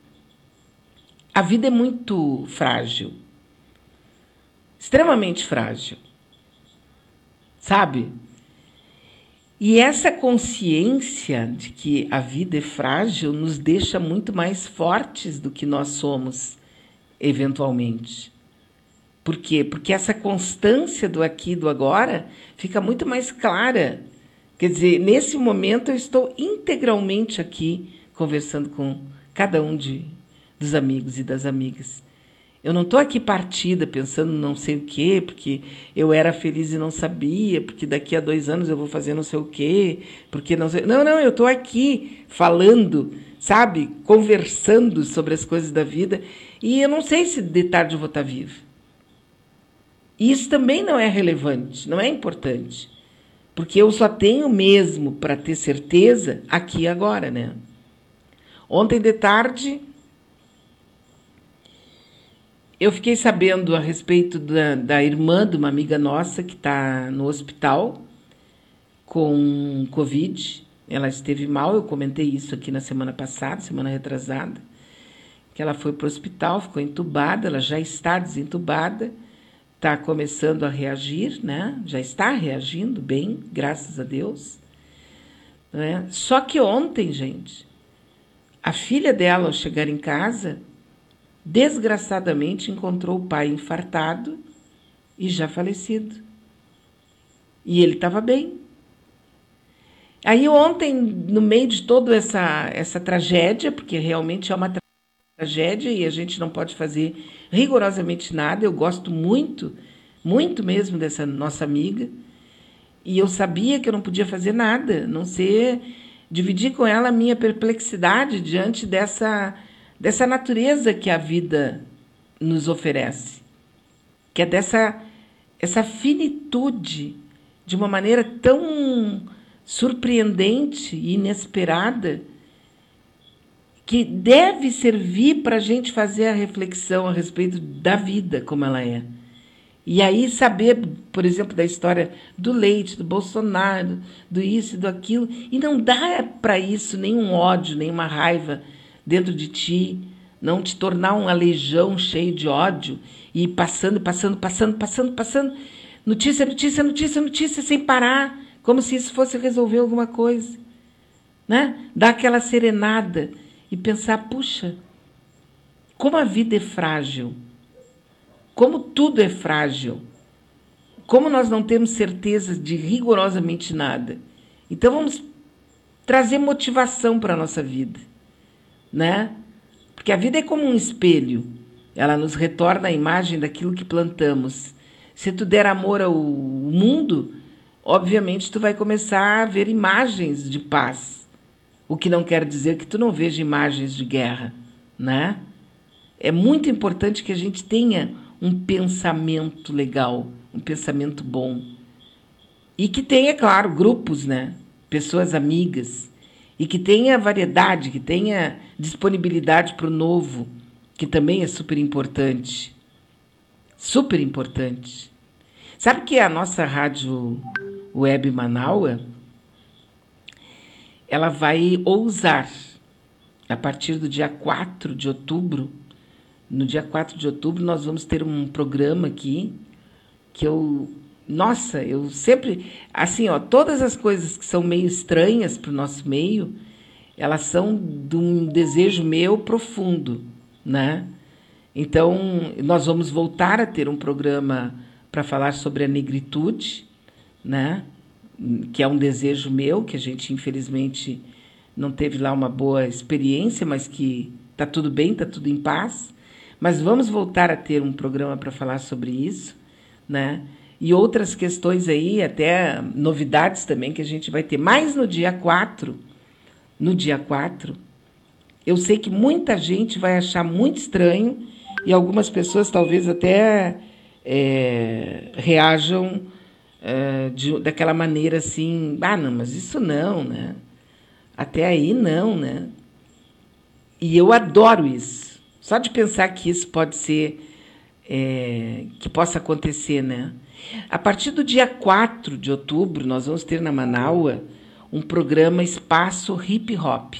A vida é muito frágil, extremamente frágil, sabe? E essa consciência de que a vida é frágil nos deixa muito mais fortes do que nós somos, eventualmente. Por quê? Porque essa constância do aqui e do agora fica muito mais clara. Quer dizer, nesse momento eu estou integralmente aqui conversando com cada um dos amigos e das amigas. Eu não estou aqui partida pensando não sei o quê, porque eu era feliz e não sabia, porque daqui a 2 anos eu vou fazer não sei o quê, porque não sei... Não, eu estou aqui falando, sabe? Conversando sobre as coisas da vida, e eu não sei se de tarde eu vou estar viva. E isso também não é relevante, não é importante, porque eu só tenho mesmo para ter certeza aqui e agora, né? Ontem de tarde, eu fiquei sabendo a respeito da irmã de uma amiga nossa que está no hospital com Covid. Ela esteve mal, eu comentei isso aqui na semana passada, semana retrasada, que ela foi para o hospital, ficou entubada, ela já está desentubada, está começando a reagir, né? Já está reagindo bem, graças a Deus. Né? Só que ontem, gente, a filha dela, ao chegar em casa, desgraçadamente encontrou o pai infartado e já falecido. E ele estava bem. Aí ontem, no meio de toda essa tragédia, porque realmente é uma tragédia e a gente não pode fazer rigorosamente nada, eu gosto muito, muito mesmo dessa nossa amiga, e eu sabia que eu não podia fazer nada, não ser dividir com ela a minha perplexidade diante dessa natureza que a vida nos oferece, que é essa finitude de uma maneira tão surpreendente e inesperada, que deve servir para a gente fazer a reflexão a respeito da vida como ela é. E aí saber, por exemplo, da história do Leite, do Bolsonaro, do isso e do aquilo, e não dá para isso nenhum ódio, nenhuma raiva dentro de ti, não te tornar um aleijão cheio de ódio e passando, notícia sem parar, como se isso fosse resolver alguma coisa, né? Dar aquela serenada e pensar, puxa, como a vida é frágil, como tudo é frágil, como nós não temos certeza de rigorosamente nada. Então vamos trazer motivação para a nossa vida, né? Porque a vida é como um espelho, ela nos retorna a imagem daquilo que plantamos. Se tu der amor ao mundo, obviamente tu vai começar a ver imagens de paz, o que não quer dizer que tu não veja imagens de guerra, né? É muito importante que a gente tenha um pensamento legal, um pensamento bom. E que tenha, claro, grupos, né? Pessoas amigas. E que tenha variedade, que tenha disponibilidade para o novo, que também é super importante. Super importante. Sabe que a nossa rádio web Manaua, ela vai ousar, a partir do dia 4 de outubro, no dia 4 de outubro nós vamos ter um programa aqui, que eu sempre, assim, todas as coisas que são meio estranhas para o nosso meio, elas são de um desejo meu profundo, né? Então, nós vamos voltar a ter um programa para falar sobre a negritude, né? Que é um desejo meu, que a gente, infelizmente, não teve lá uma boa experiência, mas que está tudo bem, está tudo em paz. Mas vamos voltar a ter um programa para falar sobre isso, né? E outras questões aí, até novidades também que a gente vai ter. Mas no dia 4, eu sei que muita gente vai achar muito estranho e algumas pessoas talvez até reajam daquela maneira assim, não, mas isso não, né? Até aí não, né? E eu adoro isso. Só de pensar que isso pode ser, que possa acontecer, né? A partir do dia 4 de outubro, nós vamos ter na Manaua um programa Espaço Hip Hop.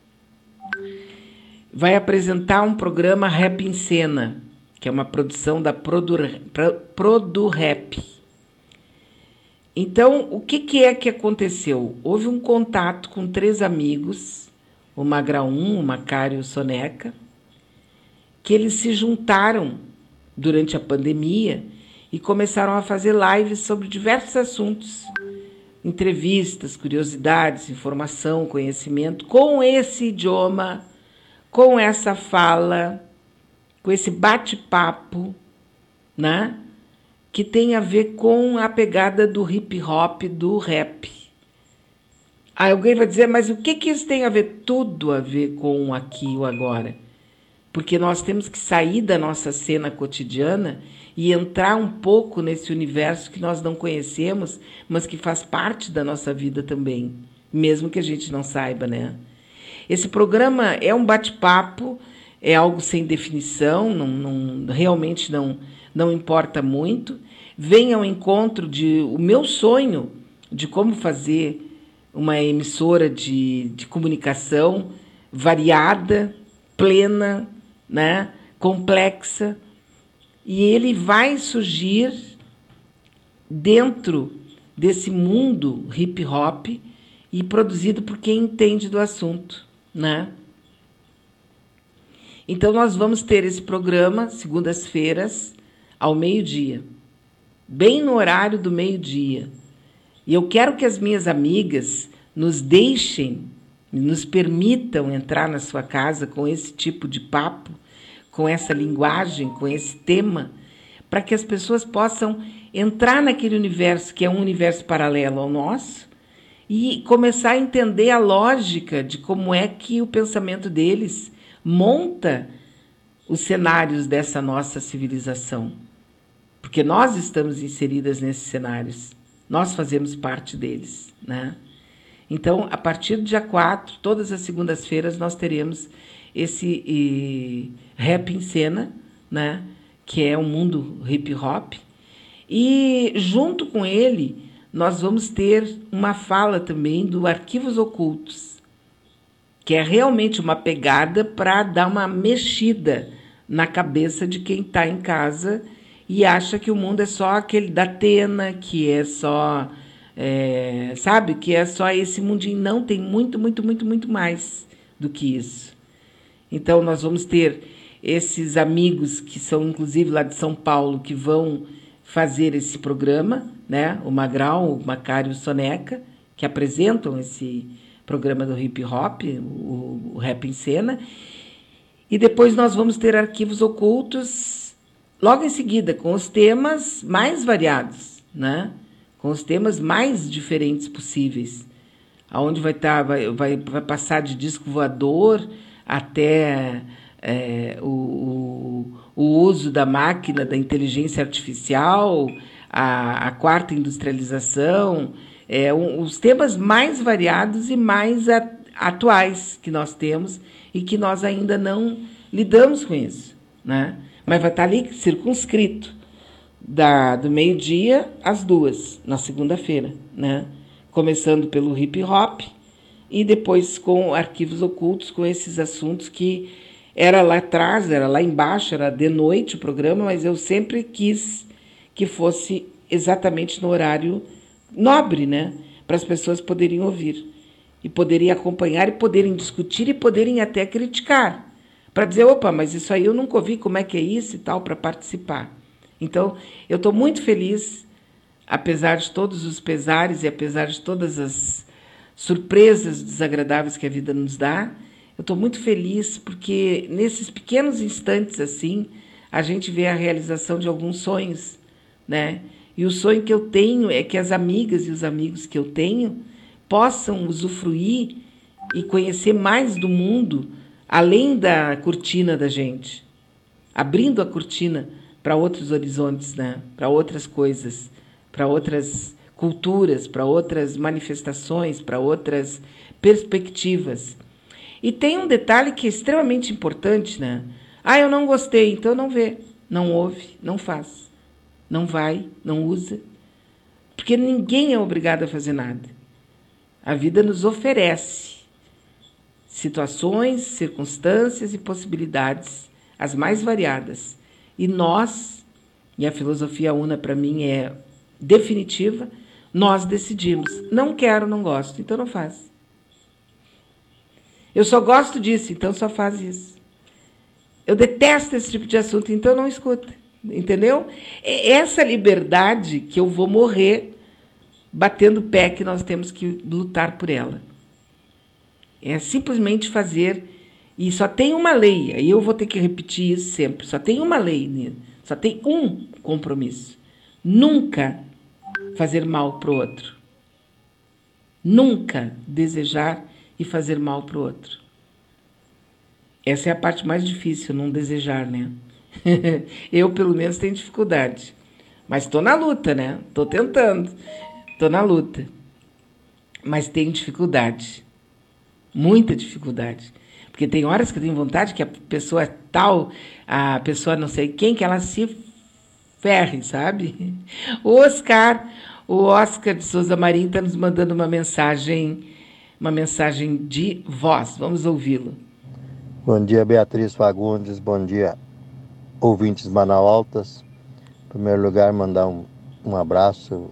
Vai apresentar um programa Rap em Cena, que é uma produção da Produrap. Então, o que é que aconteceu? Houve um contato com 3 amigos, o Magraum, o Macário e o Soneca, que eles se juntaram durante a pandemia e começaram a fazer lives sobre diversos assuntos, entrevistas, curiosidades, informação, conhecimento, com esse idioma, com essa fala, com esse bate-papo, né? Que tem a ver com a pegada do hip hop, do rap. Aí alguém vai dizer, mas o que isso tem a ver? Tudo a ver com o aqui e o agora. Porque nós temos que sair da nossa cena cotidiana e entrar um pouco nesse universo que nós não conhecemos, mas que faz parte da nossa vida também, mesmo que a gente não saiba, né? Esse programa é um bate-papo, é algo sem definição, realmente não importa muito. Vem ao encontro o meu sonho de como fazer uma emissora de comunicação variada, plena, né, complexa, e ele vai surgir dentro desse mundo hip hop e produzido por quem entende do assunto, né? Então nós vamos ter esse programa segundas-feiras ao meio-dia, bem no horário do meio-dia. E eu quero que as minhas amigas nos deixem, nos permitam entrar na sua casa com esse tipo de papo, com essa linguagem, com esse tema, para que as pessoas possam entrar naquele universo que é um universo paralelo ao nosso e começar a entender a lógica de como é que o pensamento deles monta os cenários dessa nossa civilização. Porque nós estamos inseridas nesses cenários, nós fazemos parte deles, né? Então, a partir do dia 4, todas as segundas-feiras, nós teremos esse Rap em Cena, né? Que é o mundo hip hop. E, junto com ele, nós vamos ter uma fala também do Arquivos Ocultos, que é realmente uma pegada para dar uma mexida na cabeça de quem está em casa e acha que o mundo é só aquele da Atena, que é só, sabe, que é só esse mundinho. Não, tem muito, muito, muito, muito mais do que isso. Então, nós vamos ter esses amigos que são, inclusive, lá de São Paulo, que vão fazer esse programa, né? O Magrão, o Macário e o Soneca, que apresentam esse programa do hip hop, o Rap em Cena. E depois nós vamos ter Arquivos Ocultos, logo em seguida, com os temas mais variados, né? Com os temas mais diferentes possíveis, aonde vai passar de disco voador até o uso da máquina, da inteligência artificial, a quarta industrialização, os temas mais variados e mais atuais que nós temos e que nós ainda não lidamos com isso, né? Mas vai estar ali circunscrito do meio-dia às 2, na segunda-feira, né? Começando pelo hip hop e depois com Arquivos Ocultos, com esses assuntos que era lá atrás, era lá embaixo, era de noite o programa, mas eu sempre quis que fosse exatamente no horário nobre, né? Para as pessoas poderem ouvir e poderem acompanhar e poderem discutir e poderem até criticar, para dizer, opa, mas isso aí eu nunca ouvi, como é que é isso e tal, para participar. Então, eu estou muito feliz, apesar de todos os pesares e apesar de todas as surpresas desagradáveis que a vida nos dá, eu estou muito feliz porque nesses pequenos instantes assim, a gente vê a realização de alguns sonhos, né? E o sonho que eu tenho é que as amigas e os amigos que eu tenho possam usufruir e conhecer mais do mundo, além da cortina da gente, abrindo a cortina para outros horizontes, né? Para outras coisas, para outras culturas, para outras manifestações, para outras perspectivas. E tem um detalhe que é extremamente importante, né? Ah, eu não gostei, então não vê, não ouve, não faz, não vai, não usa, porque ninguém é obrigado a fazer nada. A vida nos oferece situações, circunstâncias e possibilidades, as mais variadas. E nós, e a filosofia Una para mim é definitiva, nós decidimos. Não quero, não gosto, então não faz. Eu só gosto disso, então só faz isso. Eu detesto esse tipo de assunto, então não escuta. Entendeu? É essa liberdade que eu vou morrer batendo o pé, que nós temos que lutar por ela. É simplesmente fazer E só tem uma lei, aí eu vou ter que repetir isso sempre, só tem uma lei, só tem um compromisso. Nunca fazer mal para o outro. Nunca desejar e fazer mal para o outro. Essa é a parte mais difícil, não desejar, né? Eu, pelo menos, tenho dificuldade. Mas estou na luta, né? Estou tentando. Estou na luta. Mas tenho dificuldade. Muita dificuldade. Porque tem horas que eu tenho vontade que a pessoa tal, a pessoa não sei quem, que ela se ferre, sabe? O Oscar de Souza Marinho está nos mandando uma mensagem de voz. Vamos ouvi-lo. Bom dia, Beatriz Fagundes. Bom dia, ouvintes Manaualtas. Em primeiro lugar, mandar um abraço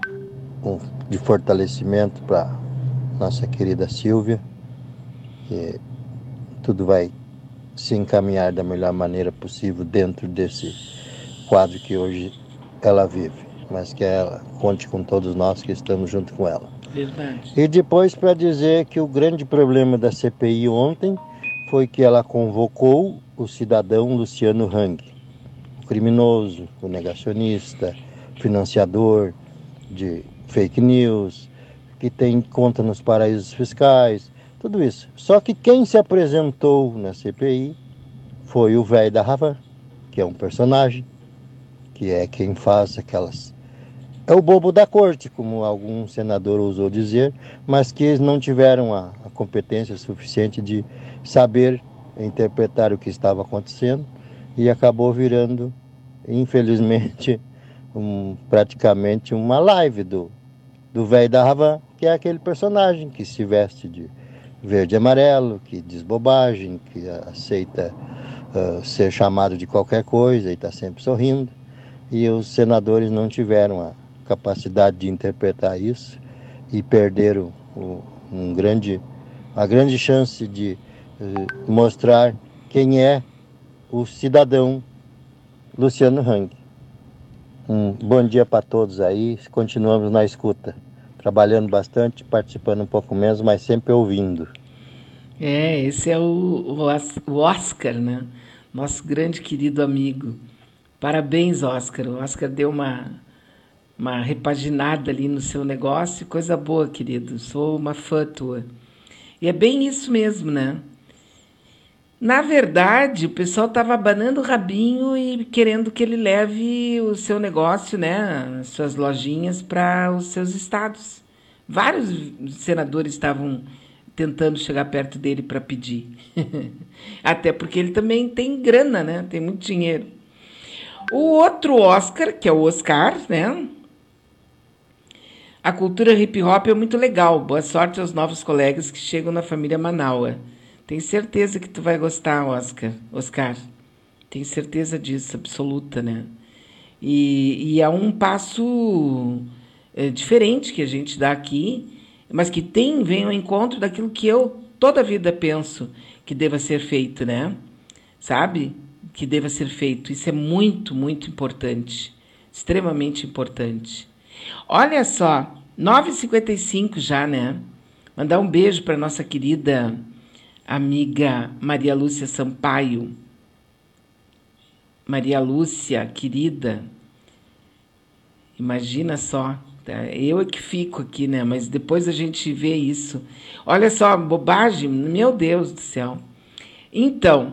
de fortalecimento para nossa querida Silvia, que tudo vai se encaminhar da melhor maneira possível dentro desse quadro que hoje ela vive, mas que ela conte com todos nós que estamos junto com ela. Verdade. E depois para dizer que o grande problema da CPI ontem foi que ela convocou o cidadão Luciano Hang, o criminoso, o negacionista, financiador de fake news, que tem conta nos paraísos fiscais, tudo isso. Só que quem se apresentou na CPI foi o velho da Havan, que é um personagem, que é quem faz aquelas... É o bobo da corte, como algum senador ousou dizer, mas que eles não tiveram a competência suficiente de saber interpretar o que estava acontecendo e acabou virando, infelizmente, praticamente uma live do velho da Havan, que é aquele personagem que se veste de verde e amarelo, que diz bobagem, que aceita ser chamado de qualquer coisa e está sempre sorrindo. E os senadores não tiveram a capacidade de interpretar isso e perderam a grande chance de mostrar quem é o cidadão Luciano Hang. Um bom dia para todos aí, continuamos na escuta, trabalhando bastante, participando um pouco menos, mas sempre ouvindo. Esse é o Oscar, né? Nosso grande querido amigo. Parabéns, Oscar. O Oscar deu uma repaginada ali no seu negócio. Coisa boa, querido. Sou uma fã tua. E é bem isso mesmo, né? Na verdade, o pessoal estava abanando o rabinho e querendo que ele leve o seu negócio, né? As suas lojinhas para os seus estados. Vários senadores estavam tentando chegar perto dele para pedir. Até porque ele também tem grana, né? Tem muito dinheiro. O outro Oscar, que é o Oscar, né? A cultura hip hop é muito legal. Boa sorte aos novos colegas que chegam na família Manaua. Tenho certeza que tu vai gostar, Oscar. Tenho certeza disso, absoluta, né? E é um passo diferente que a gente dá aqui, mas que vem ao encontro daquilo que eu toda a vida penso que deva ser feito, né? Sabe? Que deva ser feito. Isso é muito, muito importante. Extremamente importante. Olha só, 9h55 já, né? Mandar um beijo para nossa querida amiga Maria Lúcia Sampaio. Maria Lúcia, querida, imagina só, eu é que fico aqui, né? Mas depois a gente vê isso. Olha só, bobagem, meu Deus do céu. Então,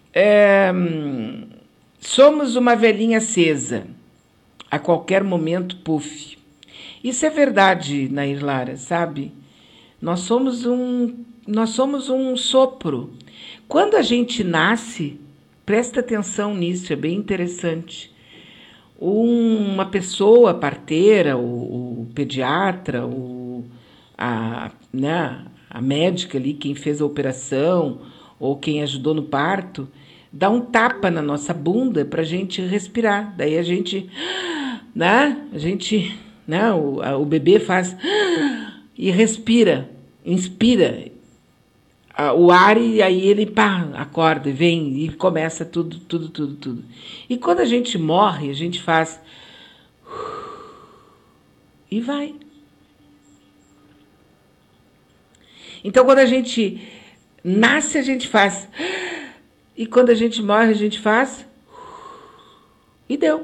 somos uma velhinha acesa, a qualquer momento, puf. Isso é verdade, Nair Lara, sabe? Nós somos um sopro. Quando a gente nasce, presta atenção nisso, é bem interessante. Uma pessoa parteira, o pediatra, a médica ali, quem fez a operação, ou quem ajudou no parto, dá um tapa na nossa bunda para a gente respirar. Daí a gente, o bebê faz e respira, inspira o ar e aí ele acorda, vem e começa tudo. E quando a gente morre, a gente faz e vai. Então, quando a gente Nasce, a gente faz. E quando a gente morre, a gente faz. E deu.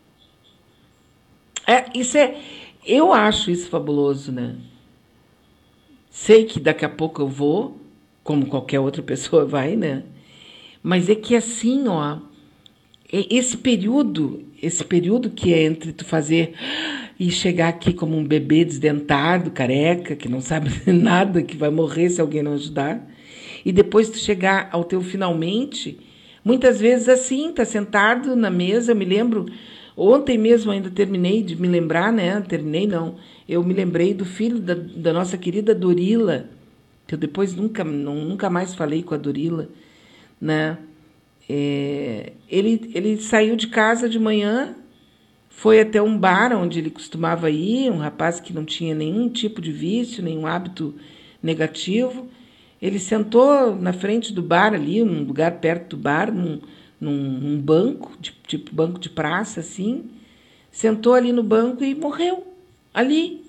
Eu acho isso fabuloso, né? Sei que daqui a pouco eu vou, como qualquer outra pessoa vai, né? Mas é que assim, ó, esse período que é entre tu fazer e chegar aqui como um bebê desdentado, careca, que não sabe nada, que vai morrer se alguém não ajudar, e depois tu chegar ao teu finalmente, muitas vezes assim, tá sentado na mesa, eu me lembro, ontem mesmo ainda terminei de me lembrar, né? Terminei não, eu me lembrei do filho da nossa querida Dorila, que eu depois nunca mais falei com a Dorila, né? Ele saiu de casa de manhã, foi até um bar onde ele costumava ir, um rapaz que não tinha nenhum tipo de vício, nenhum hábito negativo. Ele sentou na frente do bar ali, num lugar perto do bar, num banco, tipo banco de praça, assim. Sentou ali no banco e morreu, ali.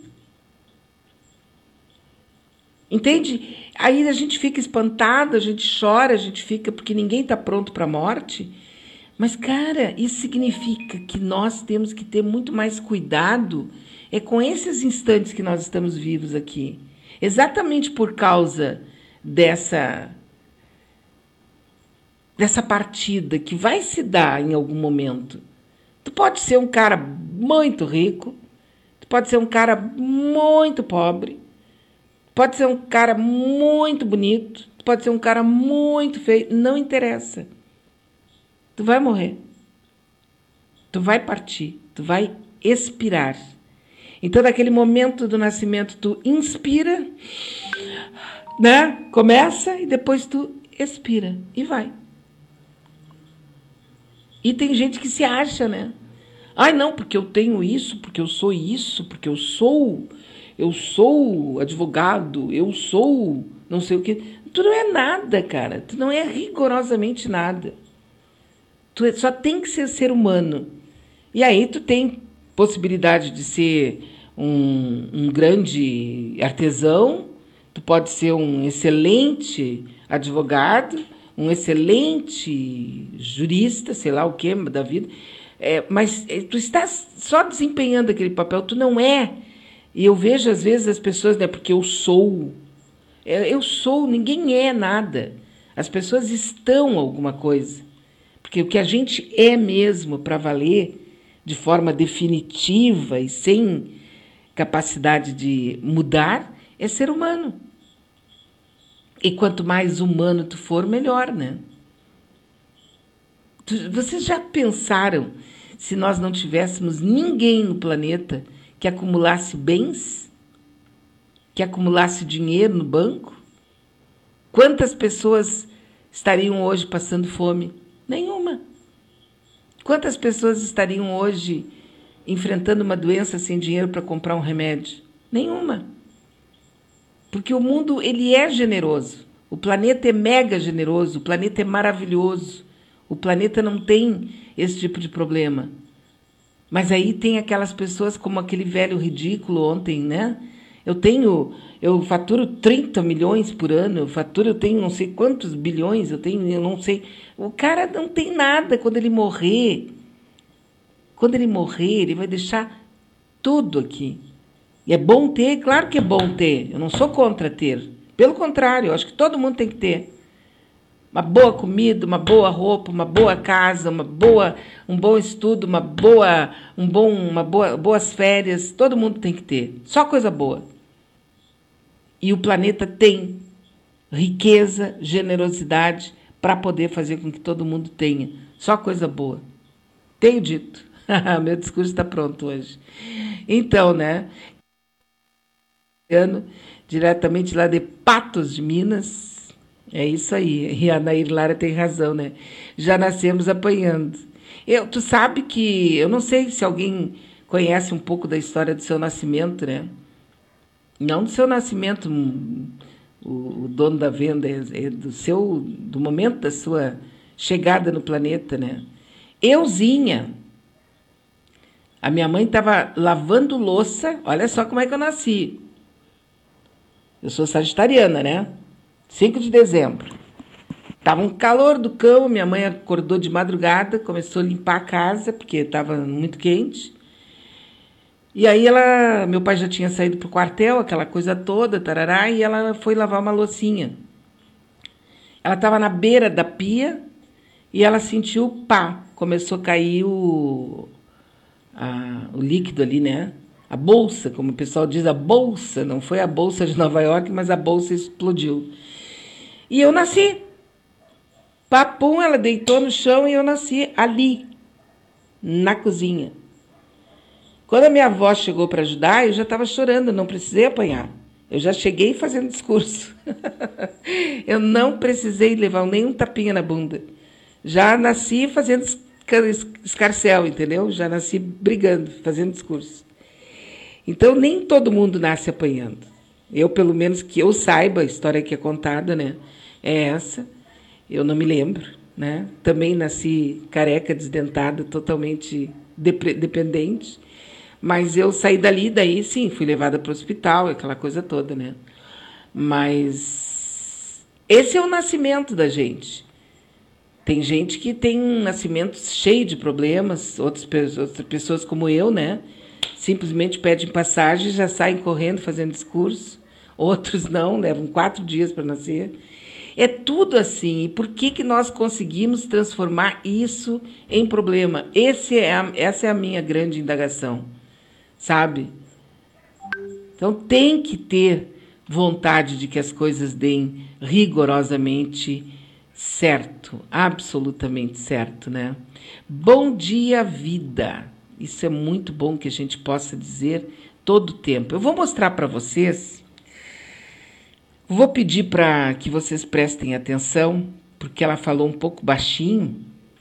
Entende? Aí a gente fica espantado, a gente chora, a gente fica porque ninguém está pronto para a morte. Mas, cara, isso significa que nós temos que ter muito mais cuidado com esses instantes que nós estamos vivos aqui. Exatamente por causa dessa partida que vai se dar em algum momento. Tu pode ser um cara muito rico, tu pode ser um cara muito pobre, pode ser um cara muito bonito, pode ser um cara muito feio, não interessa. Tu vai morrer. Tu vai partir, tu vai expirar. Então, naquele momento do nascimento, tu inspira, né? Começa e depois tu expira e vai. E tem gente que se acha, né? Ai, não, porque eu tenho isso, porque eu sou isso, porque eu sou advogado, eu sou não sei o quê. Tu não é nada, cara. Tu não é rigorosamente nada. Tu só tem que ser humano. E aí tu tem possibilidade de ser um grande artesão, tu pode ser um excelente advogado, um excelente jurista, sei lá o que da vida, mas tu estás só desempenhando aquele papel, tu não é. E eu vejo às vezes as pessoas, né, porque eu sou, ninguém é nada. As pessoas estão alguma coisa. Porque o que a gente é mesmo para valer, de forma definitiva e sem capacidade de mudar, é ser humano. E quanto mais humano tu for, melhor, né? Vocês já pensaram se nós não tivéssemos ninguém no planeta que acumulasse bens, que acumulasse dinheiro no banco? Quantas pessoas estariam hoje passando fome? Nenhuma. Quantas pessoas estariam hoje enfrentando uma doença sem dinheiro para comprar um remédio? Nenhuma. Porque o mundo, ele é generoso. O planeta é mega generoso, o planeta é maravilhoso. O planeta não tem esse tipo de problema. Mas aí tem aquelas pessoas como aquele velho ridículo ontem, né? Eu faturo 30 milhões por ano, eu tenho não sei quantos bilhões, eu não sei. O cara não tem nada quando ele morrer. Quando ele morrer, ele vai deixar tudo aqui. E é bom ter? Claro que é bom ter. Eu não sou contra ter. Pelo contrário, eu acho que todo mundo tem que ter. Uma boa comida, uma boa roupa, uma boa casa, um bom estudo, boas férias. Todo mundo tem que ter. Só coisa boa. E o planeta tem riqueza, generosidade para poder fazer com que todo mundo tenha. Só coisa boa. Tenho dito. Meu discurso está pronto hoje. Então, né? Diretamente lá de Patos de Minas. É isso aí. E a Nair Lara tem razão, né? Já nascemos apanhando. Tu sabe que... Eu não sei se alguém conhece um pouco da história do seu nascimento, né? Não do seu nascimento, o dono da venda, é do momento da sua chegada no planeta, né? Euzinha, a minha mãe estava lavando louça, olha só como é que eu nasci. Eu sou sagitariana, né? 5 de dezembro. Tava um calor do cão, minha mãe acordou de madrugada, começou a limpar a casa, porque estava muito quente. E aí meu pai já tinha saído pro quartel, aquela coisa toda, tarará, e ela foi lavar uma loucinha. Ela estava na beira da pia e ela sentiu, pá, começou a cair o líquido ali, né? A bolsa, como o pessoal diz, a bolsa, não foi a bolsa de Nova York, mas a bolsa explodiu. E eu nasci. Papum, ela deitou no chão e eu nasci ali, na cozinha. Quando a minha avó chegou para ajudar, eu já estava chorando, não precisei apanhar. Eu já cheguei fazendo discurso. Eu não precisei levar nenhum tapinha na bunda. Já nasci fazendo escarcel, entendeu? Já nasci brigando, fazendo discurso. Então, nem todo mundo nasce apanhando. Eu, pelo menos que eu saiba, a história que é contada, né, é essa. Eu não me lembro, né? Também nasci careca, desdentada, totalmente dependente. Mas eu saí dali, daí sim, fui levada para o hospital, aquela coisa toda, né? Mas esse é o nascimento da gente. Tem gente que tem um nascimento cheio de problemas, outras pessoas como eu, né? Simplesmente pedem passagem, já saem correndo, fazendo discurso. Outros não, levam 4 dias para nascer. É tudo assim. E por que nós conseguimos transformar isso em problema? Essa é a minha grande indagação, sabe? Então tem que ter vontade de que as coisas deem rigorosamente certo, absolutamente certo, né? Bom dia, vida. Isso é muito bom que a gente possa dizer todo o tempo. Eu vou mostrar para vocês. Vou pedir para que vocês prestem atenção, porque ela falou um pouco baixinho,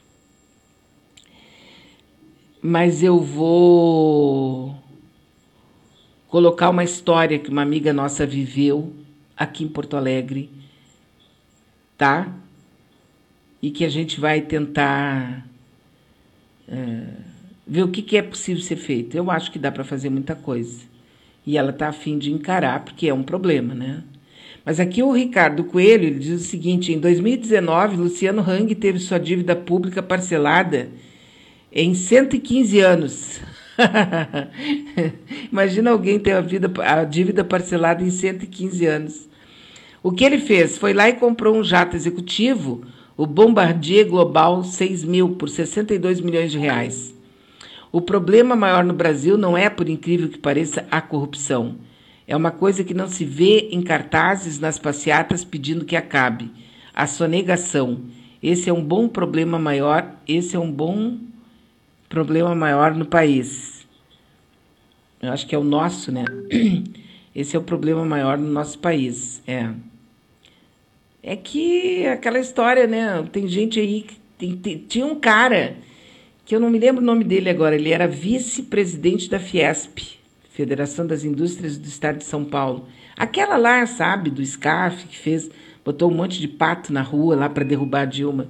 mas eu vou colocar uma história que uma amiga nossa viveu aqui em Porto Alegre, tá? E que a gente vai tentar ver o que é possível ser feito. Eu acho que dá para fazer muita coisa. E ela está a fim de encarar, porque é um problema, né? Mas aqui o Ricardo Coelho ele diz o seguinte: em 2019, Luciano Hang teve sua dívida pública parcelada em 115 anos. Imagina alguém ter a dívida parcelada em 115 anos. O que ele fez? Foi lá e comprou um jato executivo, o Bombardier Global 6000, por 62 milhões de reais. O problema maior no Brasil não é, por incrível que pareça, a corrupção. É uma coisa que não se vê em cartazes nas passeatas pedindo que acabe. A sonegação. Esse é um bom problema maior, no país. Eu acho que é o nosso, né? Esse é o problema maior no nosso país. É que aquela história, né? Tem gente aí que tinha um cara que eu não me lembro o nome dele agora. Ele era vice-presidente da Fiesp, Federação das Indústrias do Estado de São Paulo. Aquela lá, sabe, do SCAF, que botou um monte de pato na rua lá para derrubar a Dilma.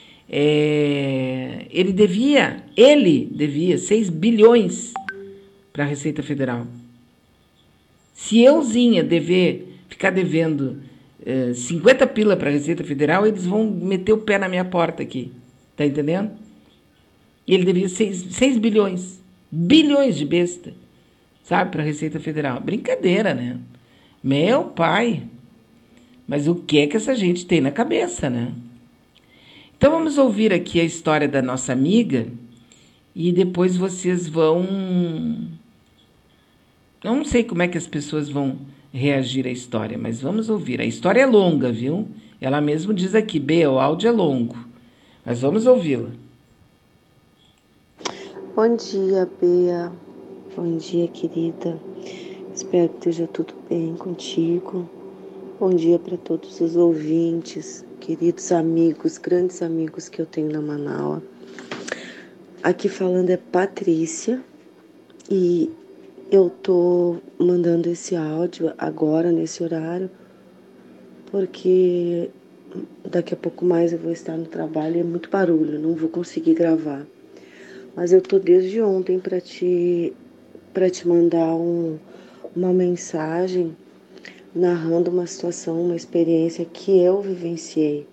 Ele devia 6 bilhões para a Receita Federal. Se euzinha ficar devendo 50 pila para a Receita Federal, eles vão meter o pé na minha porta aqui. Tá entendendo? E ele devia 6 bilhões. Bilhões de besta. Sabe, para a Receita Federal. Brincadeira, né? Meu pai. Mas o que é que essa gente tem na cabeça, né? Então vamos ouvir aqui a história da nossa amiga e depois vocês vão... Eu não sei como é que as pessoas vão reagir à história, mas vamos ouvir. A história é longa, viu? Ela mesmo diz aqui, o áudio é longo. Mas vamos ouvi-la. Bom dia, Bea. Bom dia, querida. Espero que esteja tudo bem contigo. Bom dia para todos os ouvintes, queridos amigos, grandes amigos que eu tenho na Manaus. Aqui falando é Patrícia e eu tô mandando esse áudio agora, nesse horário, porque daqui a pouco mais eu vou estar no trabalho e é muito barulho, eu não vou conseguir gravar. Mas eu tô desde ontem para te mandar uma mensagem narrando uma situação, uma experiência que eu vivenciei.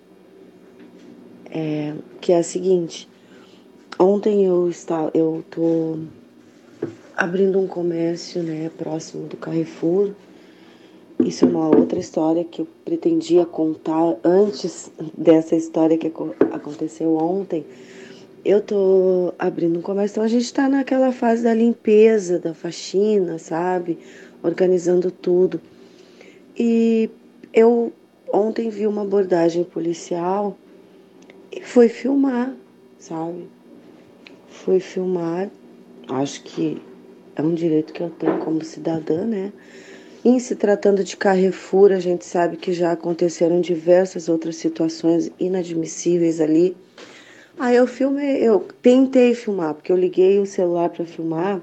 Que é a seguinte: ontem eu tô abrindo um comércio, né, próximo do Carrefour. Isso é uma outra história que eu pretendia contar antes dessa história que aconteceu ontem. Eu tô abrindo um comércio, então a gente tá naquela fase da limpeza, da faxina, sabe? Organizando tudo. E eu ontem vi uma abordagem policial e fui filmar, sabe? Fui filmar, acho que é um direito que eu tenho como cidadã, né? Em se tratando de Carrefour, a gente sabe que já aconteceram diversas outras situações inadmissíveis ali. Aí eu tentei filmar, porque eu liguei o celular para filmar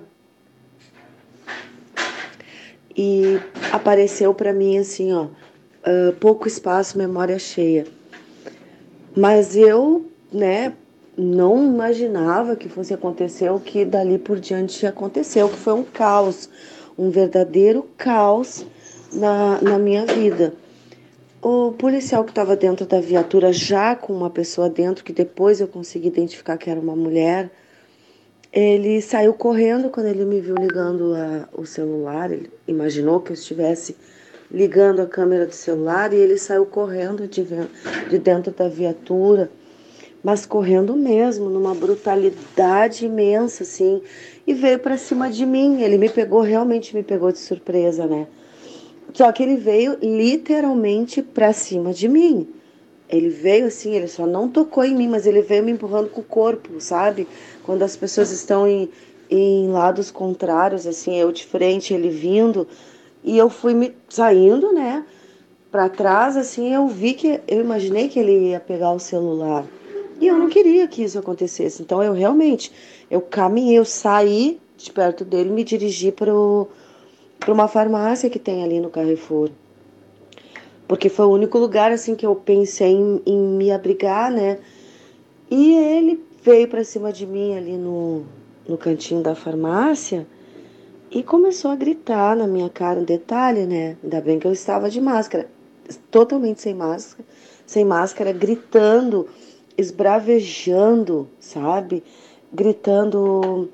e apareceu para mim assim, ó, pouco espaço, memória cheia. Mas eu, né, não imaginava que fosse acontecer o que dali por diante aconteceu, que foi um caos, um verdadeiro caos na minha vida. O policial que estava dentro da viatura, já com uma pessoa dentro, que depois eu consegui identificar que era uma mulher, ele saiu correndo quando ele me viu ligando o celular. Ele imaginou que eu estivesse ligando a câmera do celular e ele saiu correndo de dentro da viatura, mas correndo mesmo, numa brutalidade imensa, assim, e veio para cima de mim. Ele realmente me pegou de surpresa, né? Só que ele veio literalmente pra cima de mim. Ele veio assim, ele só não tocou em mim, mas ele veio me empurrando com o corpo, sabe? Quando as pessoas estão em lados contrários, assim, eu de frente, ele vindo, e eu fui me saindo, né, pra trás, assim, eu imaginei que ele ia pegar o celular. E eu não queria que isso acontecesse. Então eu caminhei, eu saí de perto dele, me dirigi para uma farmácia que tem ali no Carrefour. Porque foi o único lugar, assim, que eu pensei em me abrigar, né? E ele veio pra cima de mim ali no cantinho da farmácia e começou a gritar na minha cara. Um detalhe, né? Ainda bem que eu estava de máscara. Totalmente sem máscara, gritando, esbravejando, sabe? Gritando...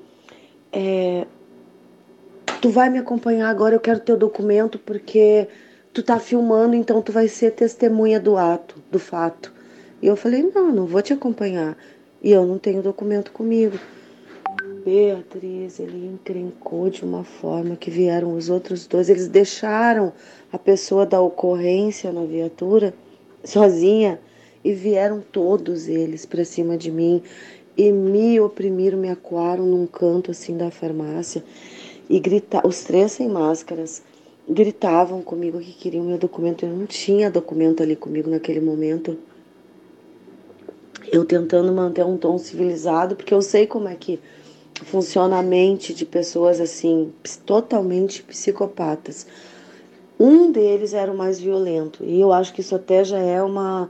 Tu vai me acompanhar agora, eu quero teu documento porque tu tá filmando, então tu vai ser testemunha do fato. E eu falei, não vou te acompanhar. E eu não tenho documento comigo. Beatriz, ele encrencou de uma forma que vieram os outros dois. Eles deixaram a pessoa da ocorrência na viatura sozinha e vieram todos eles pra cima de mim e me oprimiram, me acuaram num canto assim da farmácia. E os três sem máscaras gritavam comigo que queriam meu documento. Eu não tinha documento ali comigo naquele momento. Eu tentando manter um tom civilizado, porque eu sei como é que funciona a mente de pessoas assim, totalmente psicopatas. Um deles era o mais violento, e eu acho que isso até já é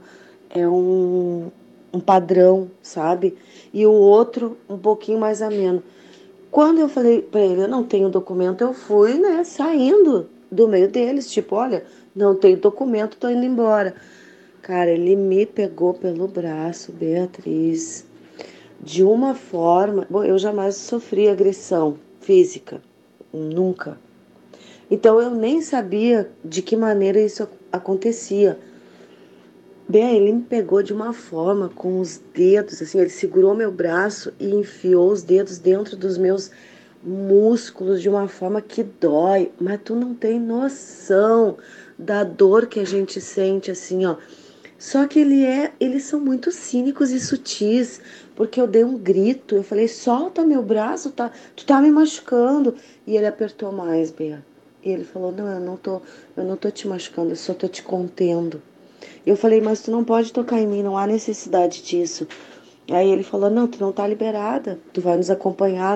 um padrão, sabe? E o outro um pouquinho mais ameno. Quando eu falei pra ele, eu não tenho documento, eu fui, né, saindo do meio deles, tipo, olha, não tenho documento, tô indo embora. Cara, ele me pegou pelo braço, Beatriz, de uma forma... Bom, eu jamais sofri agressão física, nunca. Então, eu nem sabia de que maneira isso acontecia. Bem, ele me pegou de uma forma com os dedos, assim, ele segurou meu braço e enfiou os dedos dentro dos meus músculos de uma forma que dói, mas tu não tem noção da dor que a gente sente, assim, ó. Só que eles são muito cínicos e sutis, porque eu dei um grito, eu falei, solta meu braço, tu tá me machucando. E ele apertou mais, Bea. E ele falou, não, eu não tô te machucando, eu só tô te contendo. Eu falei, mas tu não pode tocar em mim, não há necessidade disso. Aí ele falou, não, tu não tá liberada, tu vai nos acompanhar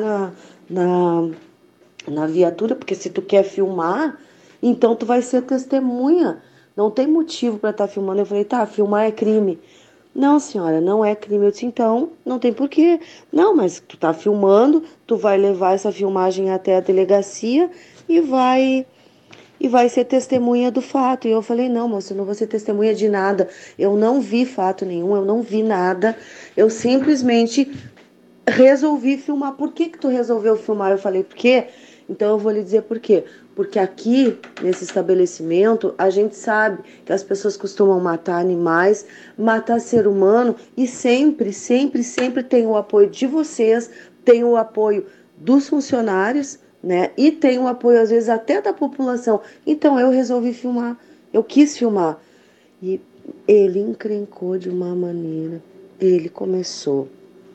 na viatura, porque se tu quer filmar, então tu vai ser testemunha. Não tem motivo para estar filmando. Eu falei, tá, filmar é crime. Não, senhora, não é crime. Eu disse, então, não tem porquê. Não, mas tu tá filmando, tu vai levar essa filmagem até a delegacia e vai e vai ser testemunha do fato. E eu falei, não, moço, eu não vou ser testemunha de nada. Eu não vi fato nenhum, eu não vi nada. Eu simplesmente resolvi filmar. Por que tu resolveu filmar? Eu falei, por quê? Então eu vou lhe dizer por quê. Porque aqui, nesse estabelecimento, a gente sabe que as pessoas costumam matar animais, matar ser humano, e sempre, sempre, sempre tem o apoio de vocês, tem o apoio dos funcionários, né? E tem o apoio, às vezes, até da população. Então eu resolvi filmar, eu quis filmar. E ele encrencou de uma maneira, ele começou.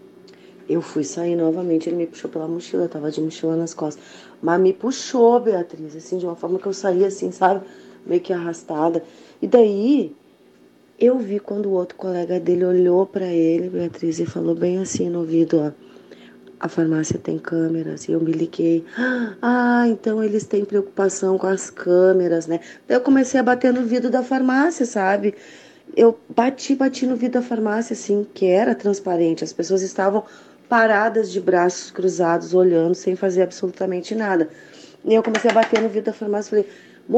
Eu fui sair novamente, ele me puxou pela mochila, eu tava de mochila nas costas. Mas me puxou, Beatriz, assim, de uma forma que eu saí assim, sabe? Meio que arrastada. E daí, eu vi quando o outro colega dele olhou pra ele, Beatriz, e falou bem assim no ouvido, ó. A farmácia tem câmeras, e eu me liguei. Ah, então eles têm preocupação com as câmeras, né? Daí eu comecei a bater no vidro da farmácia, sabe? Eu bati no vidro da farmácia, assim, que era transparente. As pessoas estavam paradas de braços cruzados, olhando, sem fazer absolutamente nada. E eu comecei a bater no vidro da farmácia e falei,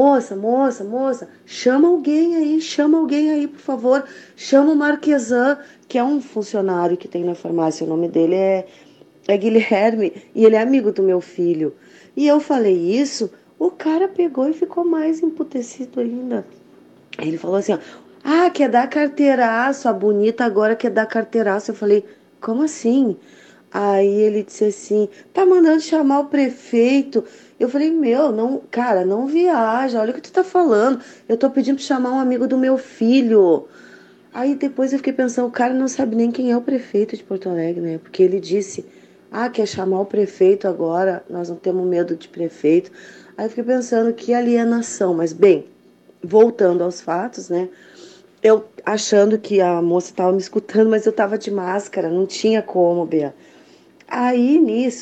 moça, chama alguém aí, por favor. Chama o Marquesan, que é um funcionário que tem na farmácia. O nome dele é Guilherme, e ele é amigo do meu filho. E eu falei isso, o cara pegou e ficou mais emputecido ainda. Ele falou assim, ó, ah, quer dar carteiraço, a bonita agora quer dar carteiraço. Eu falei, como assim? Aí ele disse assim, tá mandando chamar o prefeito. Eu falei, meu, não, cara, não viaja, olha o que tu tá falando. Eu tô pedindo pra chamar um amigo do meu filho. Aí depois eu fiquei pensando, o cara não sabe nem quem é o prefeito de Porto Alegre, né? Porque ele disse, ah, quer chamar o prefeito agora, nós não temos medo de prefeito. Aí eu fiquei pensando, que alienação. Mas bem, voltando aos fatos, né? Eu achando que a moça estava me escutando, mas eu estava de máscara, não tinha como, Bea. Aí,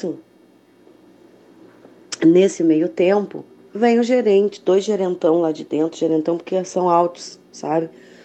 nesse meio tempo, vem o gerente, 2 gerentão lá de dentro, gerentão porque são altos, sabe?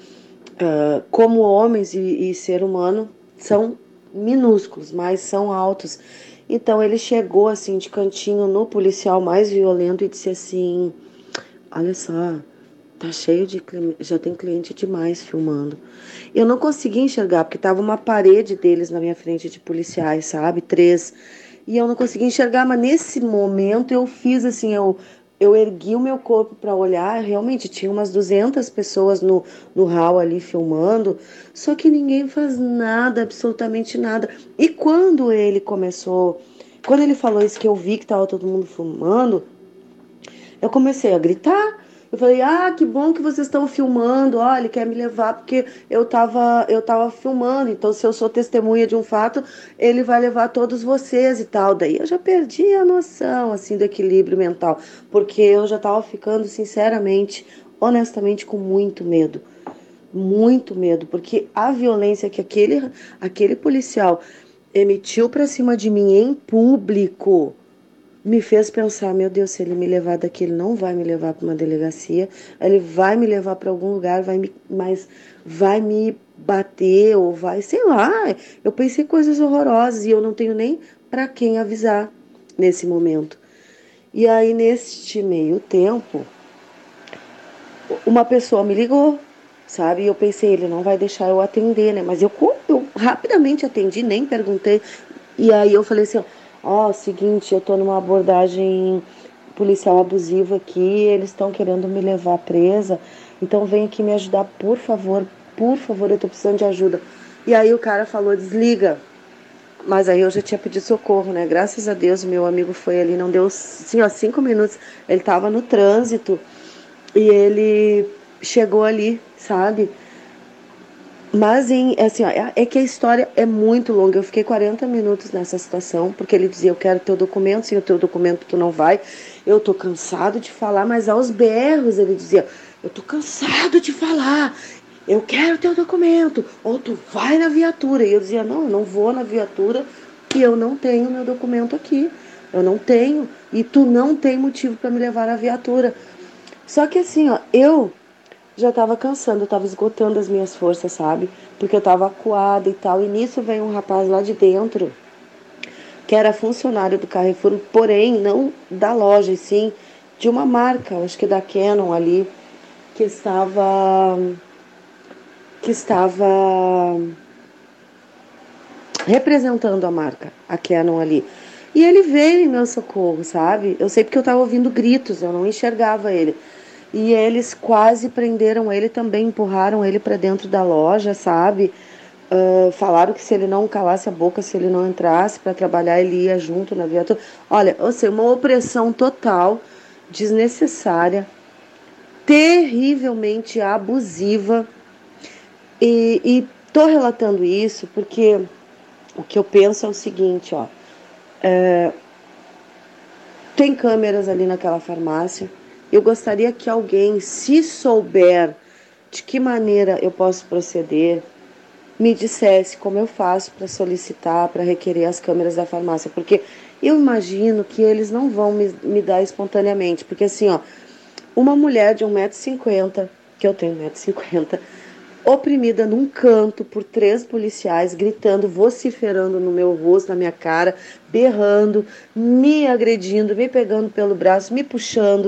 Como homens e ser humano, são minúsculos, mas são altos. Então, ele chegou, assim, de cantinho no policial mais violento e disse assim, olha só, tá cheio de cliente, já tem cliente demais filmando. Eu não consegui enxergar, porque tava uma parede deles na minha frente de policiais, sabe? 3. E eu não consegui enxergar, mas nesse momento eu fiz assim, eu ergui o meu corpo para olhar, realmente tinha umas 200 pessoas no hall ali filmando, só que ninguém faz nada, absolutamente nada. E quando ele falou isso que eu vi que tava todo mundo filmando, eu comecei a gritar. Eu falei, ah, que bom que vocês estão filmando. Olha, ele quer me levar porque eu tava filmando. Então, se eu sou testemunha de um fato, ele vai levar todos vocês e tal. Daí eu já perdi a noção, assim, do equilíbrio mental. Porque eu já tava ficando, sinceramente, honestamente, com muito medo. Muito medo. Porque a violência que aquele policial emitiu pra cima de mim em público me fez pensar, meu Deus, se ele me levar daqui, ele não vai me levar para uma delegacia, ele vai me levar para algum lugar, mas vai me bater ou vai, sei lá. Eu pensei coisas horrorosas e eu não tenho nem para quem avisar nesse momento. E aí, neste meio tempo, uma pessoa me ligou, sabe? E eu pensei, ele não vai deixar eu atender, né? Mas eu rapidamente atendi, nem perguntei. E aí eu falei assim, ó, seguinte, eu tô numa abordagem policial abusiva aqui, eles estão querendo me levar presa, então vem aqui me ajudar, por favor, eu tô precisando de ajuda. E aí o cara falou, desliga. Mas aí eu já tinha pedido socorro, né? Graças a Deus, meu amigo foi ali, não deu, assim, ó, 5 minutos, ele tava no trânsito e ele chegou ali, sabe? Mas, assim, ó, é que a história é muito longa. Eu fiquei 40 minutos nessa situação, porque ele dizia, eu quero teu documento, sem o teu documento tu não vai. Eu tô cansado de falar, mas aos berros ele dizia, eu tô cansado de falar, eu quero teu documento, ou tu vai na viatura. E eu dizia, não, eu não vou na viatura, e eu não tenho meu documento aqui. Eu não tenho, e tu não tem motivo para me levar na viatura. Só que assim, ó, eu já estava cansando, eu estava esgotando as minhas forças, sabe? Porque eu estava acuada e tal. E nisso veio um rapaz lá de dentro, que era funcionário do Carrefour, porém não da loja, e sim de uma marca, acho que da Canon ali, que estava representando a marca, a Canon ali. E ele veio em meu socorro, sabe? Eu sei porque eu estava ouvindo gritos, eu não enxergava ele. E eles quase prenderam ele também, empurraram ele para dentro da loja, sabe? Falaram que se ele não calasse a boca, se ele não entrasse para trabalhar, ele ia junto na viatura. Olha, ou seja, uma opressão total, desnecessária, terrivelmente abusiva. E tô relatando isso porque o que eu penso é o seguinte, ó. Tem câmeras ali naquela farmácia. Eu gostaria que alguém, se souber de que maneira eu posso proceder, me dissesse como eu faço para solicitar, para requerer as câmeras da farmácia. Porque eu imagino que eles não vão me dar espontaneamente. Porque assim, ó, uma mulher de 1,50 m, que eu tenho 1,50 m, oprimida num canto por 3 policiais, gritando, vociferando no meu rosto, na minha cara, berrando, me agredindo, me pegando pelo braço, me puxando.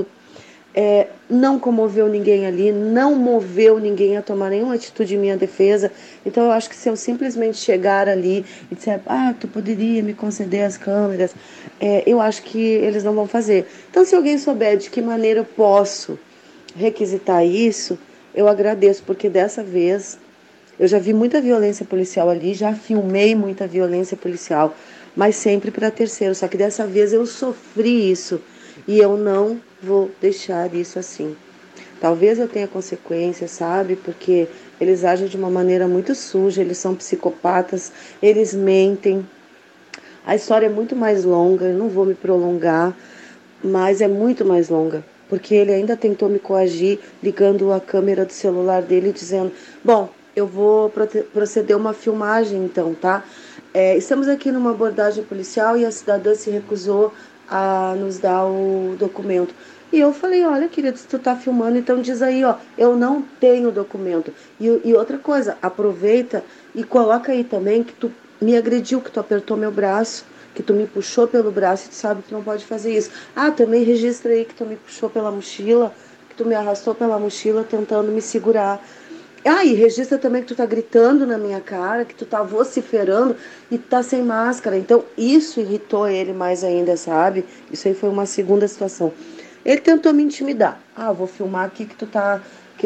Não comoveu ninguém ali, não moveu ninguém a tomar nenhuma atitude em minha defesa. Então eu acho que se eu simplesmente chegar ali e disser, tu poderia me conceder as câmeras, eu acho que eles não vão fazer. Então se alguém souber de que maneira eu posso requisitar isso, eu agradeço, porque dessa vez eu já vi muita violência policial ali, já filmei muita violência policial, mas sempre para terceiro. Só que dessa vez eu sofri isso e eu não vou deixar isso assim. Talvez eu tenha consequências, sabe? Porque eles agem de uma maneira muito suja, eles são psicopatas, eles mentem. A história é muito mais longa, eu não vou me prolongar, mas é muito mais longa. Porque ele ainda tentou me coagir, ligando a câmera do celular dele, dizendo, bom, eu vou proceder uma filmagem então, tá? Estamos aqui numa abordagem policial e a cidadã se recusou a nos dar o documento. E eu falei, olha, querido, se tu tá filmando, então diz aí, ó, eu não tenho documento. E outra coisa, aproveita e coloca aí também que tu me agrediu, que tu apertou meu braço, que tu me puxou pelo braço e tu sabe que não pode fazer isso. Também registra aí que tu me puxou pela mochila, que tu me arrastou pela mochila tentando me segurar. E registra também que tu tá gritando na minha cara, que tu tá vociferando e tu tá sem máscara. Então, isso irritou ele mais ainda, sabe? Isso aí foi uma segunda situação. Ele tentou me intimidar. Vou filmar aqui que tu tá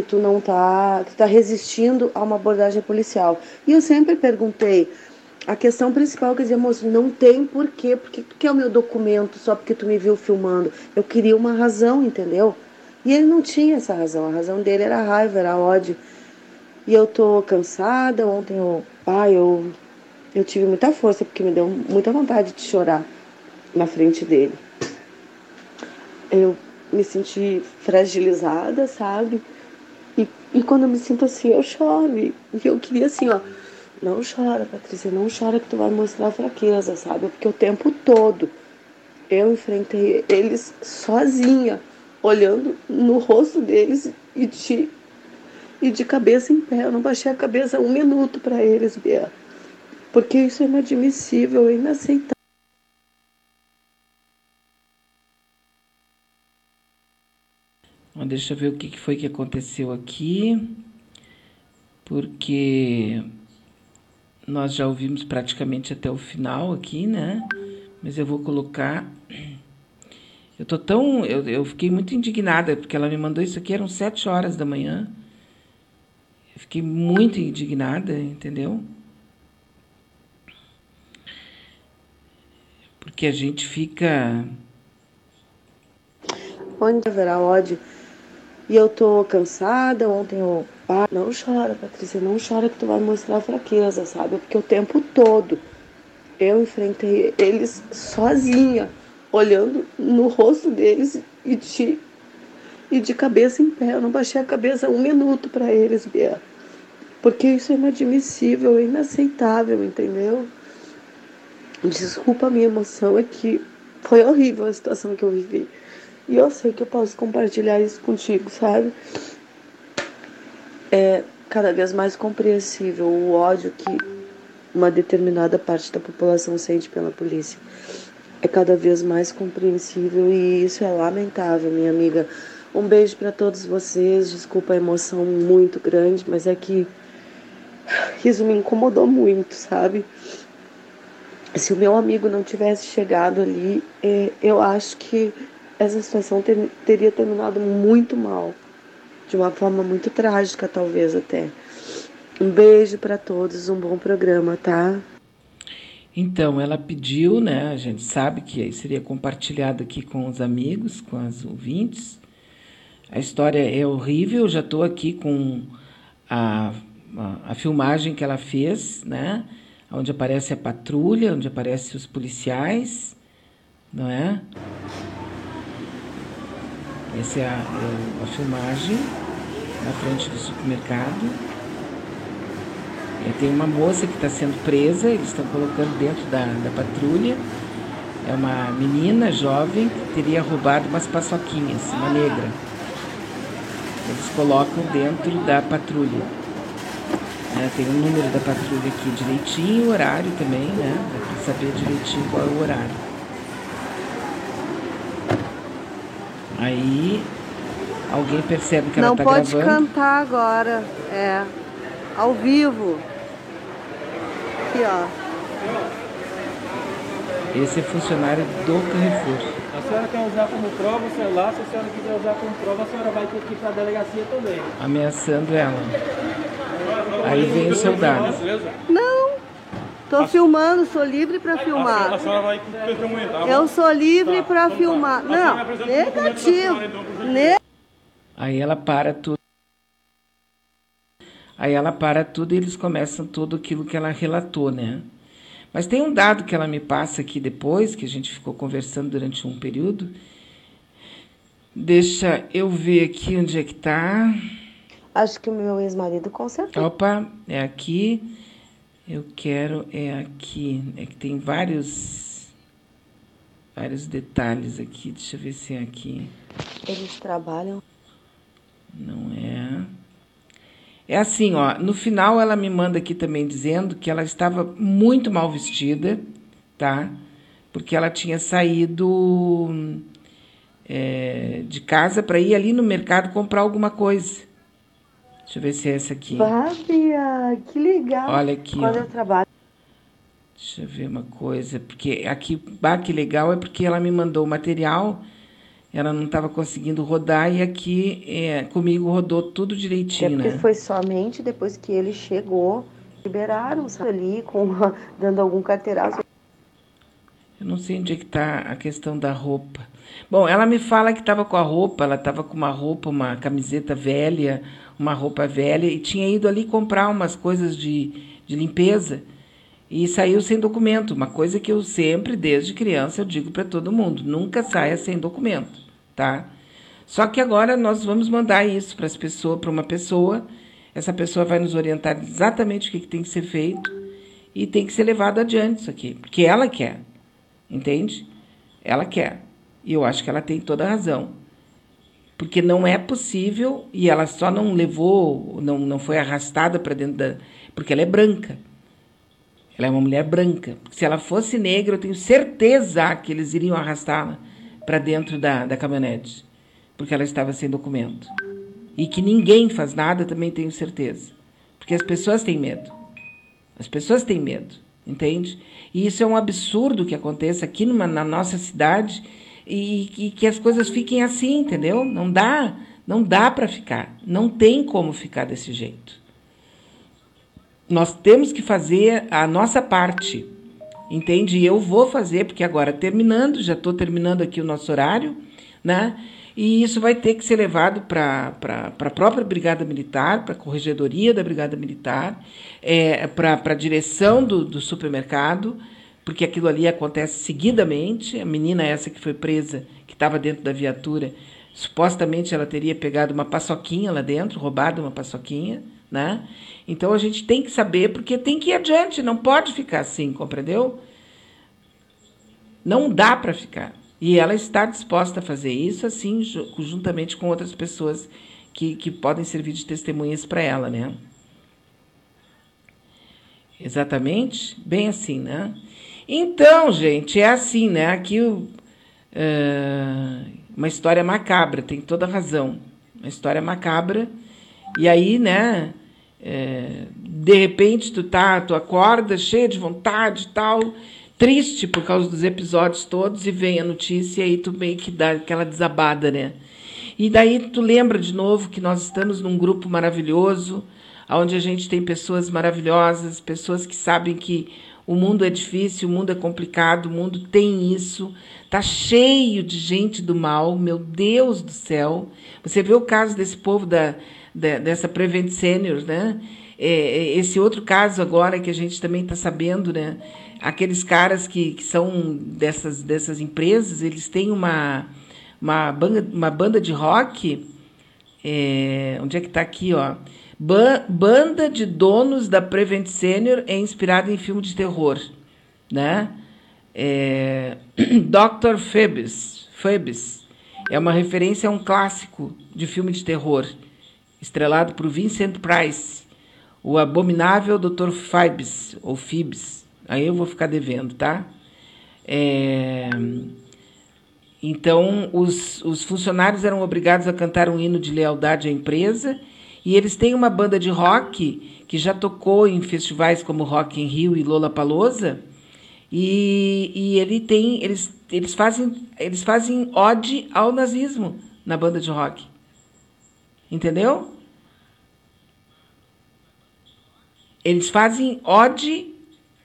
resistindo a uma abordagem policial. E eu sempre perguntei, a questão principal, quer dizer, moço, não tem porquê, porque tu quer o meu documento só porque tu me viu filmando. Eu queria uma razão, entendeu? E ele não tinha essa razão, a razão dele era raiva, era ódio. E eu tô cansada, ontem eu tive muita força, porque me deu muita vontade de chorar na frente dele. Eu me senti fragilizada, sabe? E quando eu me sinto assim, eu choro. E eu queria assim, ó, não chora, Patrícia, não chora que tu vai mostrar fraqueza, sabe? Porque o tempo todo eu enfrentei eles sozinha, olhando no rosto deles e de cabeça em pé. Eu não baixei a cabeça 1 minuto para eles, Bia. Porque isso é inadmissível, é inaceitável. Deixa eu ver o que foi que aconteceu aqui, porque nós já ouvimos praticamente até o final aqui, né? Mas eu vou colocar... Eu fiquei muito indignada, porque ela me mandou isso aqui, eram 7 horas da manhã. Eu fiquei muito indignada, entendeu? Porque a gente fica... Onde haverá ódio? E eu tô cansada, ontem eu... Não chora, Patrícia, não chora que tu vai mostrar fraqueza, sabe? Porque o tempo todo eu enfrentei eles sozinha, olhando no rosto deles e de cabeça em pé. Eu não baixei a cabeça 1 minuto para eles, Bia. Porque isso é inadmissível, é inaceitável, entendeu? Desculpa a minha emoção, é que foi horrível a situação que eu vivi. E eu sei que eu posso compartilhar isso contigo, sabe? É cada vez mais compreensível o ódio que uma determinada parte da população sente pela polícia. é cada vez mais compreensível e isso é lamentável, minha amiga. Um beijo para todos vocês, desculpa a emoção muito grande, mas é que isso me incomodou muito, sabe? Se o meu amigo não tivesse chegado ali, eu acho que essa situação teria terminado muito mal, de uma forma muito trágica, talvez até. Um beijo para todos, um bom programa, tá? Então, ela pediu, né? A gente sabe que seria compartilhado aqui com os amigos, com as ouvintes. A história é horrível, já estou aqui com a filmagem que ela fez, né? Onde aparece a patrulha, onde aparecem os policiais, não é? Essa é a filmagem na frente do supermercado. E tem uma moça que está sendo presa, eles estão colocando dentro da patrulha. É uma menina jovem que teria roubado umas paçoquinhas, uma negra. Eles colocam dentro da patrulha. Tem o número da patrulha aqui direitinho, o horário também, né? Dá para saber direitinho qual é o horário. Aí, alguém percebe que ela está gravando. Não pode cantar agora, ao vivo. Aqui, ó. Esse é funcionário do Carrefour. A senhora quer usar como prova o celular, se a senhora quiser usar como prova, a senhora vai ter que ir para a delegacia também. Ameaçando ela. Aí vem o soldado. Não, tô filmando, sou livre para filmar. A senhora vai testemunhar. Eu sou livre para filmar. Não, negativo. Aí ela para tudo. E eles começam tudo aquilo que ela relatou, né? Mas tem um dado que ela me passa aqui depois, que a gente ficou conversando durante um período. Deixa eu ver aqui onde é que tá. Acho que o meu ex-marido consertou. Opa, é aqui. Eu quero, é aqui. É que tem vários detalhes aqui. Deixa eu ver se é aqui. Eles trabalham? Não é. É assim, ó. No final ela me manda aqui também dizendo que ela estava muito mal vestida, tá? Porque ela tinha saído de casa para ir ali no mercado comprar alguma coisa. Deixa eu ver se é essa aqui. Bárbara, que legal. Olha aqui, quando ó. eu trabalho. Deixa eu ver uma coisa, porque aqui, que legal, é porque ela me mandou o material, ela não estava conseguindo rodar, e aqui comigo rodou tudo direitinho, porque né? Foi somente depois que ele chegou, liberaram ali, dando algum carteiraço. Eu não sei onde é que está a questão da roupa. Bom, ela me fala que estava com a roupa, ela estava com uma camiseta velha, uma roupa velha, e tinha ido ali comprar umas coisas de limpeza, e saiu sem documento, uma coisa que eu sempre, desde criança, eu digo para todo mundo, nunca saia sem documento, tá? Só que agora nós vamos mandar isso para uma pessoa, essa pessoa vai nos orientar exatamente o que tem que ser feito, e tem que ser levado adiante isso aqui, porque ela quer, entende? Ela quer, e eu acho que ela tem toda a razão. Porque não é possível, e ela só não levou, não foi arrastada para dentro porque ela é branca. Ela é uma mulher branca. Se ela fosse negra, eu tenho certeza que eles iriam arrastá-la para dentro da caminhonete, porque ela estava sem documento. E que ninguém faz nada, também tenho certeza. Porque as pessoas têm medo. As pessoas têm medo, entende? E isso é um absurdo que aconteça aqui na nossa cidade, e que as coisas fiquem assim, entendeu? Não dá para ficar, não tem como ficar desse jeito. Nós temos que fazer a nossa parte, entende? E eu vou fazer, porque agora já estou terminando aqui o nosso horário, né? E isso vai ter que ser levado para a própria Brigada Militar, para a Corregedoria da Brigada Militar, para a direção do supermercado, porque aquilo ali acontece seguidamente. A menina essa que foi presa, que estava dentro da viatura, supostamente ela teria pegado uma paçoquinha lá dentro, roubado uma paçoquinha, né? Então a gente tem que saber, porque tem que ir adiante, não pode ficar assim, compreendeu? Não dá para ficar. E ela está disposta a fazer isso, assim, juntamente com outras pessoas que podem servir de testemunhas para ela, né? Exatamente, bem assim, né? Então, gente, é assim, né? Aqui uma história macabra, tem toda razão. Uma história macabra. E aí, né? De repente, tu acorda cheia de vontade e tal, triste por causa dos episódios todos, e vem a notícia e aí tu meio que dá aquela desabada, né? E daí tu lembra de novo que nós estamos num grupo maravilhoso, onde a gente tem pessoas maravilhosas, pessoas que sabem que o mundo é difícil, o mundo é complicado, o mundo tem isso, tá cheio de gente do mal, meu Deus do céu. Você vê o caso desse povo dessa Prevent Seniors, né? Esse outro caso agora que a gente também está sabendo, né? Aqueles caras que são dessas empresas, eles têm uma banda de rock, onde é que está aqui, ó? Banda de donos da Prevent Senior é inspirada em filme de terror, né? Dr. Phoebus é uma referência a um clássico de filme de terror, estrelado por Vincent Price, o abominável Dr. Phoebus, ou Phoebus. Aí eu vou ficar devendo, tá? Então, os funcionários eram obrigados a cantar um hino de lealdade à empresa, e eles têm uma banda de rock que já tocou em festivais como Rock in Rio e Lollapalooza, e eles fazem ode ao nazismo na banda de rock. Entendeu? Eles fazem ode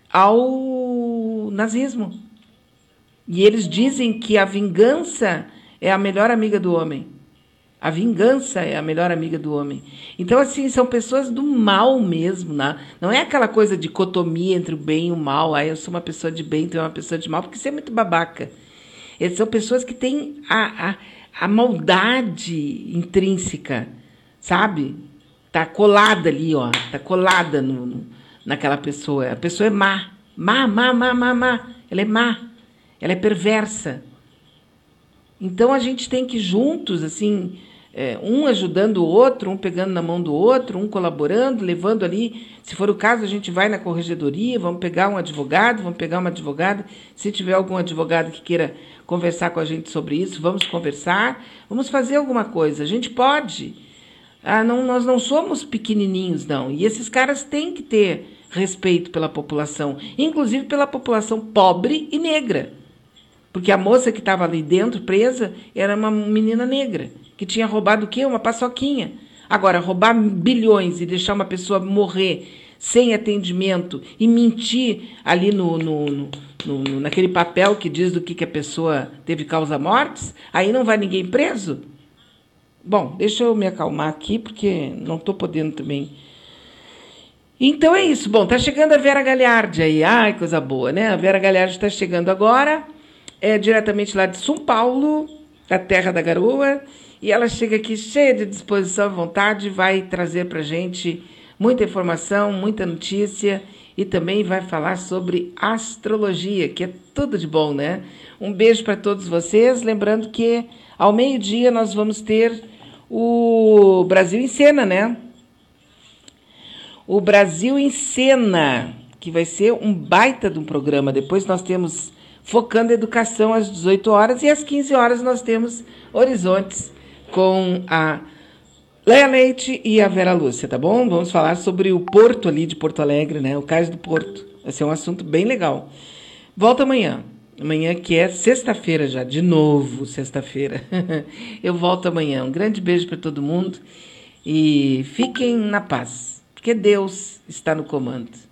ao nazismo. E eles dizem que a vingança é a melhor amiga do homem. A vingança é a melhor amiga do homem. Então, assim, são pessoas do mal mesmo, né? Não é aquela coisa de dicotomia entre o bem e o mal. Eu sou uma pessoa de bem, tu é uma pessoa de mal, porque isso é muito babaca. Eles são pessoas que têm a maldade intrínseca, sabe? Tá colada ali, ó. Tá colada naquela pessoa. A pessoa é má. Má. Ela é má. Ela é perversa. Então, a gente tem que juntos, assim, um ajudando o outro, um pegando na mão do outro, um colaborando, levando ali. Se for o caso, a gente vai na corregedoria, vamos pegar um advogado, vamos pegar uma advogada. Se tiver algum advogado que queira conversar com a gente sobre isso, vamos conversar, vamos fazer alguma coisa. A gente pode. Nós não somos pequenininhos, não. E esses caras têm que ter respeito pela população, inclusive pela população pobre e negra. Porque a moça que estava ali dentro, presa, era uma menina negra, que tinha roubado o quê? Uma paçoquinha. Agora, roubar bilhões e deixar uma pessoa morrer sem atendimento e mentir ali naquele papel que diz do que a pessoa teve causa-mortes, aí não vai ninguém preso? Bom, deixa eu me acalmar aqui, porque não estou podendo também. Então é isso. Bom, tá chegando a Vera Galhardi aí. Ai, coisa boa, né? A Vera Galhardi está chegando agora. É diretamente lá de São Paulo, da terra da garoa, e ela chega aqui cheia de disposição e vontade, vai trazer para a gente muita informação, muita notícia, e também vai falar sobre astrologia, que é tudo de bom, né? Um beijo para todos vocês, lembrando que ao meio-dia nós vamos ter o Brasil em Cena, né? O Brasil em Cena, que vai ser um baita de um programa. Depois nós temos Focando a Educação às 18 horas e às 15 horas nós temos Horizontes com a Leia Leite e a Vera Lúcia, tá bom? Vamos falar sobre o porto ali de Porto Alegre, né? O Cais do Porto. Vai ser um assunto bem legal. Volta amanhã. Amanhã que é sexta-feira já, de novo sexta-feira. Eu volto amanhã. Um grande beijo para todo mundo e fiquem na paz, porque Deus está no comando.